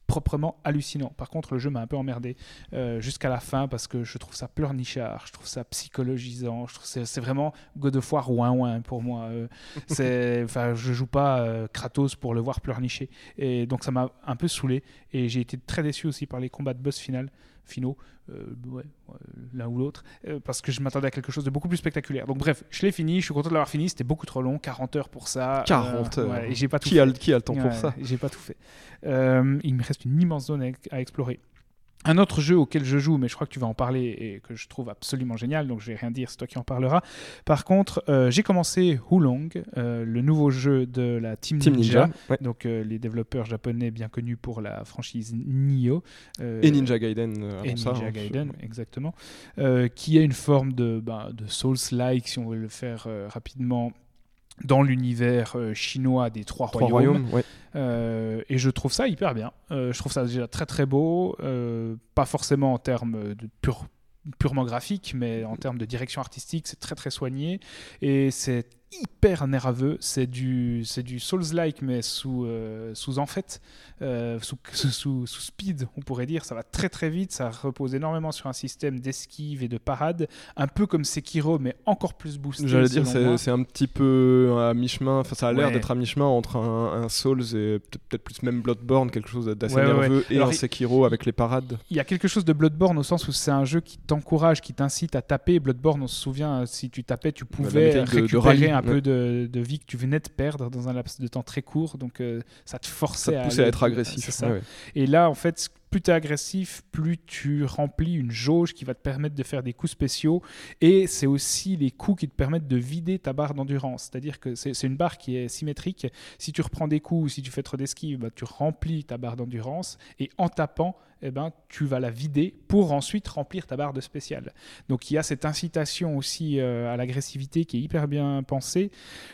proprement hallucinant. Par contre, le jeu m'a un peu emmerdé euh, jusqu'à la fin parce que je trouve ça pleurnichard, je trouve ça psychologisant, je trouve c'est, c'est vraiment God of War ouin ouin pour moi. Euh, c'est, enfin, je joue pas euh, Kratos pour le voir pleurnicher. Et donc ça m'a un peu saoulé et j'ai été très déçu aussi par les combats de boss final, finaux, euh, ouais, ouais, l'un ou l'autre, euh, parce que je m'attendais à quelque chose de beaucoup plus spectaculaire. Donc bref, je l'ai fini, je suis content de l'avoir fini, c'était beaucoup trop long, quarante heures pour ça. quarante euh, heures. Ouais, et j'ai pas tout qui, fait. a, qui a le temps Ouais, pour ça? J'ai pas tout fait. Euh, il me reste une immense zone à, à explorer. Un autre jeu auquel je joue, mais je crois que tu vas en parler et que je trouve absolument génial, donc je vais rien dire, c'est toi qui en parleras. Par contre, euh, j'ai commencé Hulong, euh, le nouveau jeu de la Team, Team Ninja, Ninja, ouais. donc euh, les développeurs japonais bien connus pour la franchise Nioh. Euh, et Ninja Gaiden euh, avant et ça. Ninja hein, Gaiden, exactement. Euh, qui est une forme de, bah, de Souls-like, si on veut le faire euh, rapidement, dans l'univers euh, chinois des trois, Trois royaumes, royaumes, ouais. euh, et je trouve ça hyper bien. Euh, je trouve ça déjà très très beau, euh, pas forcément en termes de pur, purement graphique, mais en termes de direction artistique, c'est très très soigné et c'est hyper nerveux. C'est du, c'est du Souls-like mais sous, euh, sous en fait, euh, sous, sous, sous speed, on pourrait dire. Ça va très très vite, ça repose énormément sur un système d'esquive et de parade, un peu comme Sekiro, mais encore plus boosté. J'allais dire, selon moi. c'est, c'est un petit peu à mi-chemin, enfin ça a l'air Ouais. d'être à mi-chemin entre un, un Souls et peut-être plus même Bloodborne, quelque chose d'assez Ouais, ouais, nerveux, ouais. et Alors, un il- Sekiro avec les parades. Il y a quelque chose de Bloodborne au sens où c'est un jeu qui t'encourage, qui t'incite à taper. Bloodborne, on se souvient, si tu tapais, tu La pouvais mécanique de- de récupérer rallye, un ouais. peu de, de vie que tu venais de perdre dans un laps de temps très court. Donc euh, ça te forçait Ça te à, poussait à aller- être agressif. C'est ça. Ouais, ouais. Et là, en fait, plus tu es agressif, plus tu remplis une jauge qui va te permettre de faire des coups spéciaux. Et c'est aussi les coups qui te permettent de vider ta barre d'endurance. C'est-à-dire que c'est, c'est une barre qui est symétrique. Si tu reprends des coups ou si tu fais trop d'esquive, bah, tu remplis ta barre d'endurance. Et en tapant, eh ben, tu vas la vider pour ensuite remplir ta barre de spécial. Donc il y a cette incitation aussi euh, à l'agressivité qui est hyper bien pensée.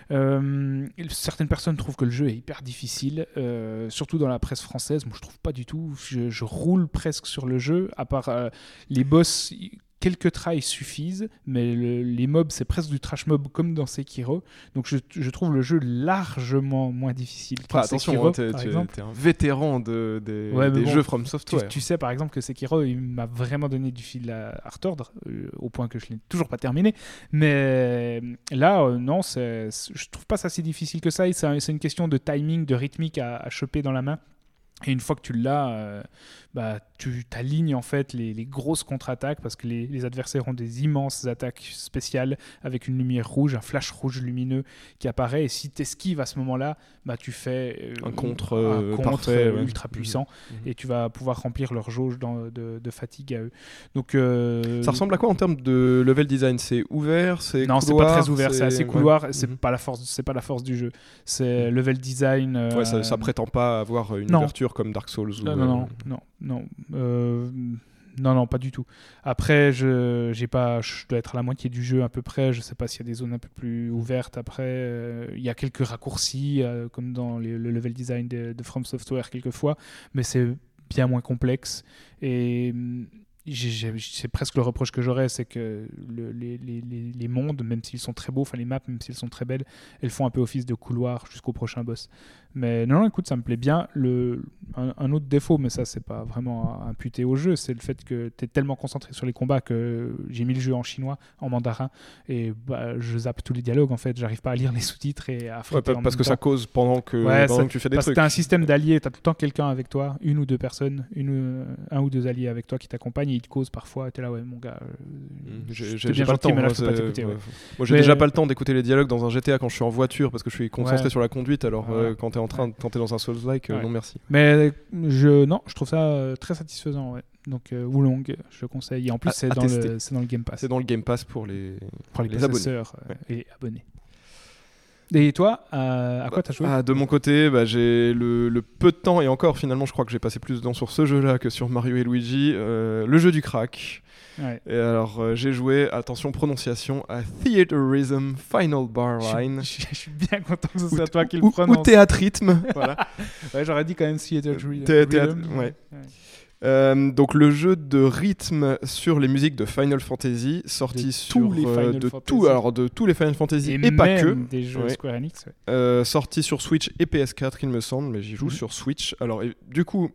Euh, certaines personnes trouvent que le jeu est hyper difficile, euh, surtout dans la presse française. Moi je trouve pas du tout. Je, je roule presque sur le jeu, à part euh, les boss. Quelques tries suffisent, mais le, les mobs, c'est presque du trash mob comme dans Sekiro. Donc je, je trouve le jeu largement moins difficile que Après, attention, Sekiro, hein, t'es, par t'es- exemple. t'es un vétéran de, des, Ouais, mais des bon, jeux From Tu, Software. tu sais par exemple que Sekiro, il m'a vraiment donné du fil à, à retordre, euh, au point que je l'ai toujours pas terminé. Mais là, euh, non, c'est, c'est- je trouve pas ça si difficile que ça. Et c'est, un- c'est une question de timing, de rythmique à, à choper dans la main. Et une fois que tu l'as, euh, bah, tu alignes en fait les, les grosses contre-attaques parce que les, les adversaires ont des immenses attaques spéciales avec une lumière rouge, un flash rouge lumineux qui apparaît. Et si tu esquives à ce moment-là, bah, tu fais euh, Un contre, un euh, contre parfait, euh, ouais. ultra puissant Mhm. et tu vas pouvoir remplir leur jauge dans- de, de fatigue à eux. Donc, euh, Ça ressemble à quoi en termes de level design? C'est ouvert, c'est non, c'est couloir, pas très ouvert, c'est, assez ouais. couloir. C'est Mhm. pas la force, c'est pas la force du jeu. C'est level design. euh, Ouais, ça, ça prétend pas avoir une non. ouverture comme Dark Souls. Ou, Non, euh, non, non, non, non, euh, non, non, pas du tout. Après, je, j'ai pas, je dois être à la moitié du jeu à peu près. Je sais pas s'il y a des zones un peu plus ouvertes. Après, euh, il y a quelques raccourcis, euh, comme dans les- le level design de, de From Software quelquefois, mais c'est bien moins complexe. Et hum, j'ai- j'ai- c'est presque le reproche que j'aurais, c'est que le- les, les- les- les mondes, même s'ils sont très beaux, enfin les maps, même s'ils sont très belles, elles font un peu office de couloir jusqu'au prochain boss. Mais non, non, écoute, ça me plaît bien. Le, un, un autre défaut, mais ça, c'est pas vraiment imputé au jeu, c'est le fait que tu es tellement concentré sur les combats que j'ai mis le jeu en chinois, en mandarin, et bah, je zappe tous les dialogues, en fait. J'arrive pas à lire les sous-titres et à Ouais, flipper en parce même que temps. ça cause pendant que, Ouais, pendant ça- que tu fais des Parce que trucs. tu as un système d'alliés, tu as tout le temps quelqu'un avec toi, une ou deux personnes, une, ou- un ou deux alliés avec toi qui t'accompagnent et ils te causent parfois. Et tu es là, ouais, mon gars. euh, Mmh, je- J'ai, je j'ai- t'ai j'ai bien pas le gentil, temps. mais là, moi, je peux pas c'est- t'écouter. ouais. Ouais. Moi, j'ai Mais- déjà pas le temps d'écouter les dialogues dans un G T A quand je suis en voiture parce que je suis concentré Ouais. sur la conduite. Alors, Voilà. euh, quand t'es en train, Ouais. quand t'es dans un Souls-like, euh, Ouais. non merci. Mais je, non, je trouve ça euh, très satisfaisant. Ouais. Donc, euh, Wulong, je le conseille. Et en plus, À- c'est, à dans tester. le, c'est dans le Game Pass C'est dans le Game Pass pour les, pour les, les abonnés. possesseurs euh, Ouais. et abonnés. Et toi, euh, à quoi t'as joué? Ah, de mon côté, bah, j'ai le, le peu de temps, et encore finalement je crois que j'ai passé plus de temps sur ce jeu-là que sur Mario et Luigi, euh, le jeu du crack. Ouais. Et alors euh, j'ai joué, attention prononciation, à Theaterism Final Bar Je, Line. suis- je suis bien content que ce Ou, soit toi qui le ou, ou prononce. théâtrisme, voilà. Ouais, j'aurais dit quand même Theater Rhythm. Thé- théâtre, ouais. Euh, donc le jeu de rythme sur les musiques de Final Fantasy, sorti De sur tous les euh, Final de Fantasy. tout, alors de tous les Final Fantasy Et, et, pas même que. des jeux Ouais. Square Enix. Ouais. Euh, sorti sur Switch et P S quatre, il me semble, mais j'y joue Mhm. sur Switch. Alors, et- du coup,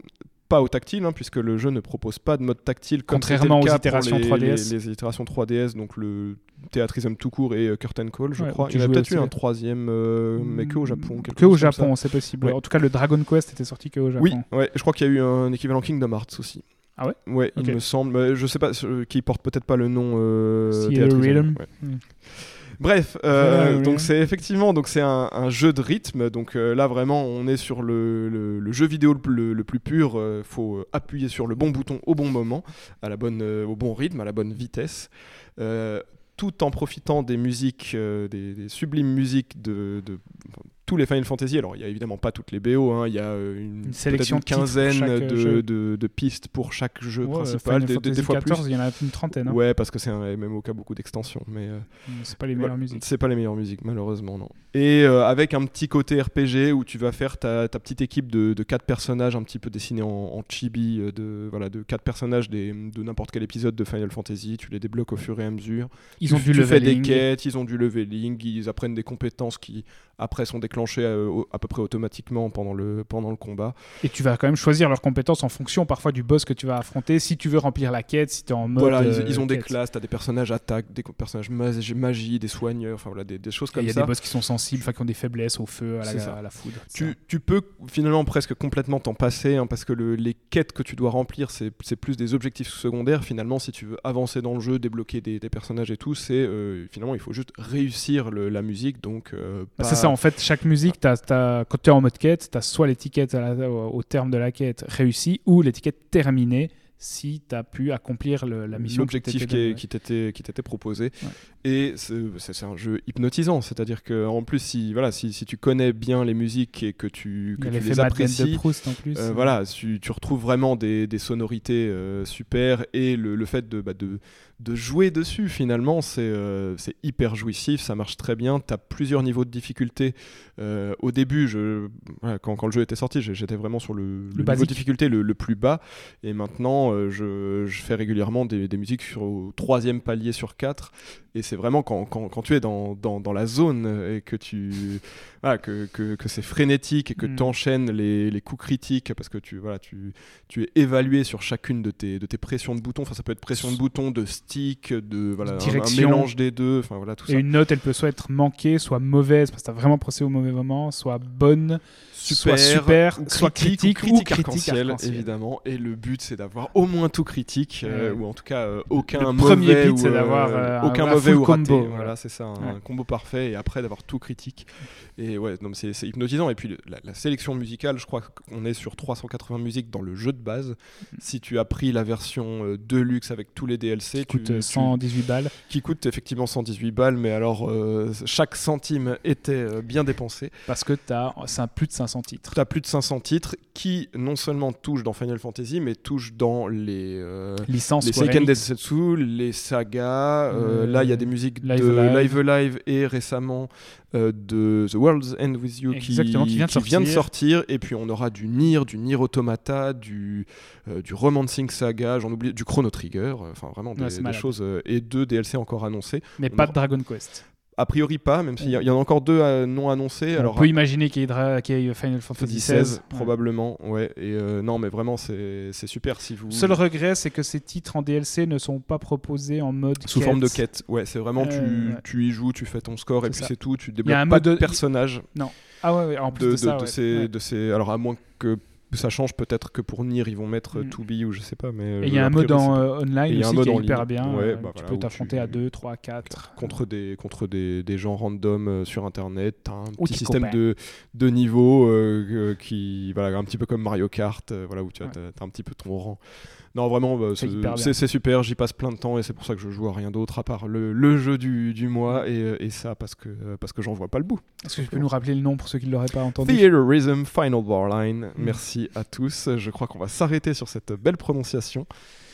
pas au tactile, hein, puisque le jeu ne propose pas de mode tactile, comme contrairement c'était le cas aux itérations pour les, trois D S. Les, les itérations trois D S, donc le Theatrhythm tout court et euh, Curtain Call, je Ouais, crois. tu Il y en a jouais peut-être eu aussi. un troisième, euh, mais que au Japon. quelque Que au chose comme Japon, ça. c'est possible. Ouais. En tout cas, le Dragon Quest était sorti que au Japon. Oui, ouais, je crois qu'il y a eu un équivalent Kingdom Hearts aussi. Ah ouais Ouais, Ok. il me semble. Mais je sais pas, euh, qui porte peut-être pas le nom. Euh, Theatrhythm. Theatrhythm, ouais. Mm. Bref, euh, Ouais, ouais. donc c'est effectivement donc c'est un, un jeu de rythme. Donc euh, là vraiment on est sur le, le, le jeu vidéo le, plus- le, le plus pur. Il euh, faut appuyer sur le bon bouton au bon moment, à la bonne, euh, au bon rythme, à la bonne vitesse. Euh, tout en profitant des musiques, euh, des, des sublimes musiques de, de enfin, tous les Final Fantasy. Alors il y a évidemment pas toutes les B O, hein. Il y a euh, une, Une sélection peut-être une de titres pour quinzaine chaque, euh, de, jeu. de, de pistes pour chaque jeu Ouais, principal, Final des, des- des Fantasy fois quatorze, plus. il y en a une trentaine. Hein. Ouais, parce que c'est un M M O qui a beaucoup d'extensions, mais euh, C'est pas les meilleures voilà. musiques. C'est pas les meilleures musiques, malheureusement, non. Et euh, avec un petit côté R P G où tu vas faire ta, ta petite équipe de, de quatre personnages un petit peu dessinés en, en chibi, euh, de, voilà, de quatre personnages des, de n'importe quel épisode de Final Fantasy. Tu les débloques au fur et à mesure. Ils tu, ont du tu fais des leveling. quêtes, ils ont du leveling, ils apprennent des compétences qui après sont déclenchées euh, au- à peu près automatiquement pendant le, pendant le combat. Et tu vas quand même choisir leurs compétences en fonction parfois du boss que tu vas affronter. Si tu veux remplir la quête, si tu es en mode. Voilà, euh, ils, ils ont des quête. classes, t'as des personnages attaque, des co- personnages magie, magie, des soigneurs, enfin voilà, des, des choses Il comme y a ça. des boss qui sont sensibles, enfin, qui ont des faiblesses au feu, à C'est ça. la, à la foudre. Tu, tu peux finalement presque complètement t'en passer, hein, parce que le- les quêtes que tu dois remplir, c'est c'est plus des objectifs secondaires. Finalement, si tu veux avancer dans le jeu, débloquer des, des personnages et tout, c'est euh, finalement il faut juste réussir le- la musique. Donc, euh, Bah, pas- c'est ça, en fait, chaque musique, t'as, t'as, quand tu es en mode quête, tu as soit l'étiquette à la- au, au terme de la quête réussie ou l'étiquette terminée si tu as pu accomplir le- la mission. l'objectif qui qui, t'était est- donnée. qui t'était qui t'était proposé. Ouais. Et c'est c'est- c'est un jeu hypnotisant, c'est-à-dire que en plus si voilà si, si tu connais bien les musiques et que tu Il que y a tu l'effet les Madeleine apprécies. de Proust en plus. Euh, voilà, tu, tu retrouves vraiment des, des sonorités euh, super et le, le fait de, bah, de, de jouer dessus finalement c'est euh, c'est hyper jouissif, ça marche très bien, tu as plusieurs niveaux de difficulté. Euh, au début, je, voilà, quand, quand le jeu était sorti, j'ai- j'étais vraiment sur le, le niveau de basique. difficulté le, le plus bas et maintenant euh, je, je fais régulièrement des, des musiques sur, au troisième palier sur quatre et c'est vraiment quand, quand, quand tu es dans, dans, dans la zone et que tu voilà, que, que, que c'est frénétique et que Mm. tu enchaînes les, les coups critiques parce que tu, voilà, tu, tu es évalué sur chacune de tes, de tes pressions de bouton. Enfin, ça peut être pression de bouton, de stick, de voilà, un- un, Direction. mélange des deux. Enfin, voilà, tout Et ça. une note, elle peut soit être manquée, soit mauvaise, parce que tu as vraiment procédé au mauvais moment, soit bonne, soit super, ou soit critique, ou ou critique critique arc-en-ciel, arc-en-ciel. évidemment. Et le but, c'est d'avoir au moins tout critique, euh, Ouais. ou en tout cas euh, aucun Le mauvais. premier but, ou, c'est euh, d'avoir, euh, aucun un- un mauvais full ou raté. combo, Voilà, voilà. c'est ça, un, Ouais. un combo parfait. Et après, d'avoir tout critique. Et ouais, non, mais c'est c'est hypnotisant. Et puis le- la, la sélection musicale, je crois qu'on est sur trois cent quatre-vingts musiques dans le jeu de base. Si tu as pris la version euh, Deluxe avec tous les D L C, Qui coûte tu- euh, tu- cent dix-huit balles. qui coûte effectivement cent dix-huit balles, mais alors euh, chaque centime était euh, bien dépensé. Parce que tu as plus de cinq cents titres. Tu as plus de cinq cents titres qui non seulement touchent dans Final Fantasy, mais touchent dans les, euh, Licence les Square Seiken Enix. Densetsu, les sagas. euh, Euh, là, il y a des musiques Live de Alive. Live Alive et récemment euh, de The World's End With You qui, Exactement, qui vient de sortir. sortir. Et puis on aura du Nier, du Nier Automata, du, euh, du Romancing Saga, j'en oublie, du Chrono Trigger. euh, Enfin, vraiment des, Ouais, c'est des malade. choses. euh, et deux D L C encore annoncés. Mais on pas aura- de Dragon Quest. A priori pas, même s'il y, a- il y en a encore deux euh, non annoncés. Alors, On peut imaginer qu'il y ait, Dra- qu'il y ait Final Fantasy seize. Ouais. probablement, ouais. Et euh, non, mais vraiment, c'est c'est super si vous. Seul regret, c'est que ces titres en D L C ne sont pas proposés en mode Sous quête. forme de quête, ouais, c'est vraiment tu, Euh, ouais. tu y joues, tu fais ton score et C'est puis ça. c'est tout. Tu y a débloques un pas mode de de- personnage Ah ouais, ouais, en plus de, de, de- ça, de ouais. ces, Ouais. de ces. Alors à moins que ça change, peut-être que pour Nier ils vont mettre Mm. to be ou je sais pas, mais. Et il y a euh, un mode priori, en c'est euh, online Et il y a un aussi mode qui est en hyper ligne. bien. Ouais, euh, bah tu voilà, peux où t'affronter tu- à deux, trois, quatre. contre des contre des, des gens random euh, sur internet, t'as un Ou petit tes système copains. de de niveau euh, euh, qui voilà un petit peu comme Mario Kart, euh, voilà où tu as, Ouais. t'as- t'as un petit peu ton rang. Non, vraiment, bah, C'est c'est hyper bien. c'est- c'est super, j'y passe plein de temps et c'est pour ça que je joue à rien d'autre à part le, le jeu du, du mois et, euh, et ça parce que, euh, parce que j'en vois pas le bout. Est-ce que tu peux nous rappeler le nom pour ceux qui ne l'auraient pas entendu? Theaterism Final Bar Line, Mm. merci à tous. Je crois qu'on va s'arrêter sur cette belle prononciation.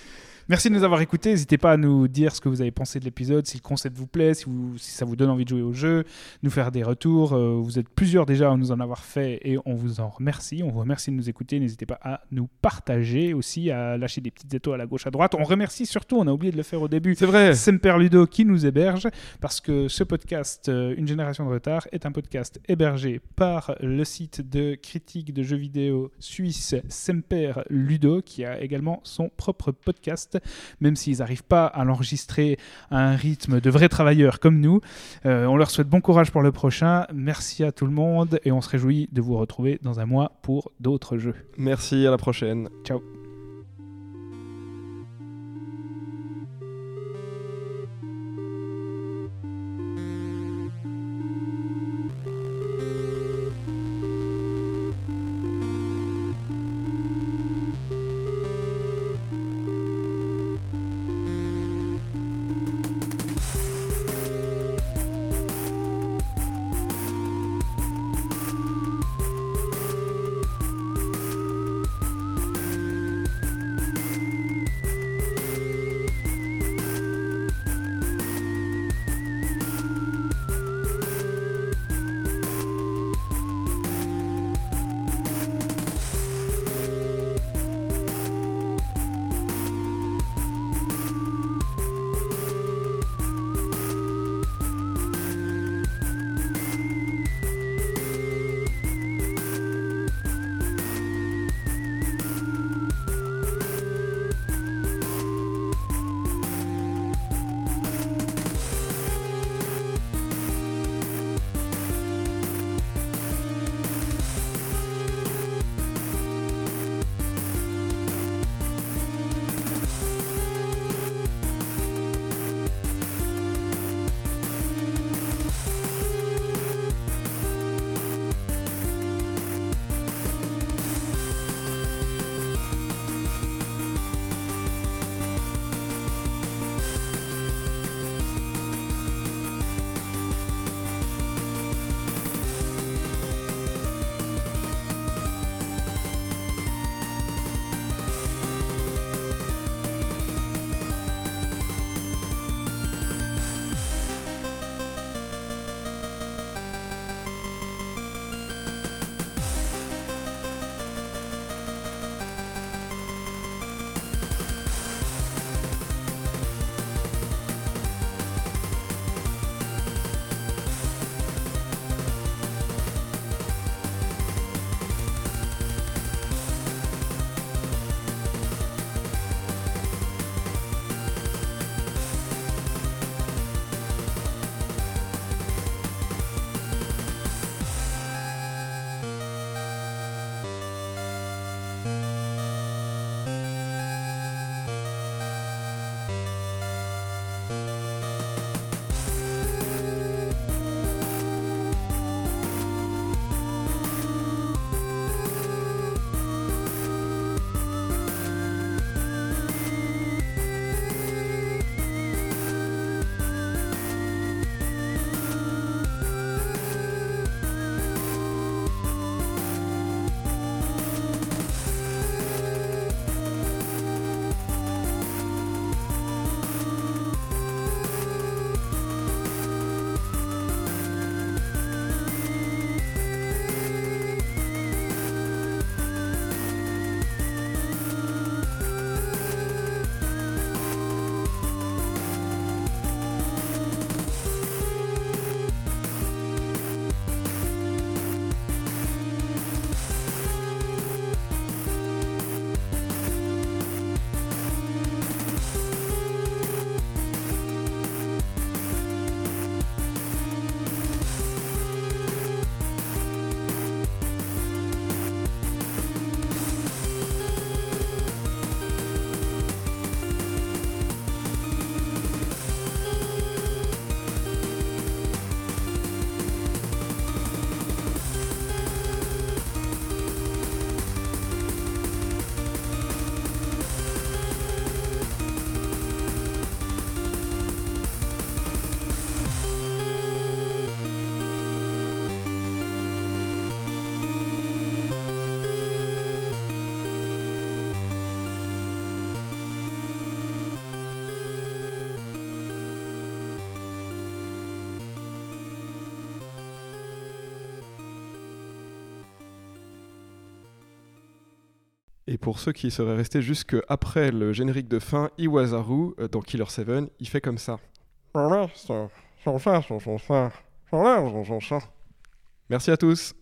Merci de nous avoir écoutés. N'hésitez pas à nous dire ce que vous avez pensé de l'épisode, si le concept vous plaît, si, vous, si ça vous donne envie de jouer au jeu, nous faire des retours. Euh, vous êtes plusieurs déjà à nous en avoir fait et on vous en remercie. On vous remercie de nous écouter. N'hésitez pas à nous partager aussi, à lâcher des petites étoiles à gauche, à droite. On remercie surtout, on a oublié de le faire au début, C'est vrai. Semper Ludo qui nous héberge, parce que ce podcast, euh, Une génération de retard, est un podcast hébergé par le site de critique de jeux vidéo suisse Semper Ludo, qui a également son propre podcast, même s'ils n'arrivent pas à l'enregistrer à un rythme de vrais travailleurs comme nous. Euh, on leur souhaite bon courage pour le prochain. Merci à tout le monde et on se réjouit de vous retrouver dans un mois pour d'autres jeux. Merci, à la prochaine. Ciao. Et pour ceux qui seraient restés jusque après le générique de fin, Iwasaru, euh, dans Killer sept, il fait comme ça. Merci à tous.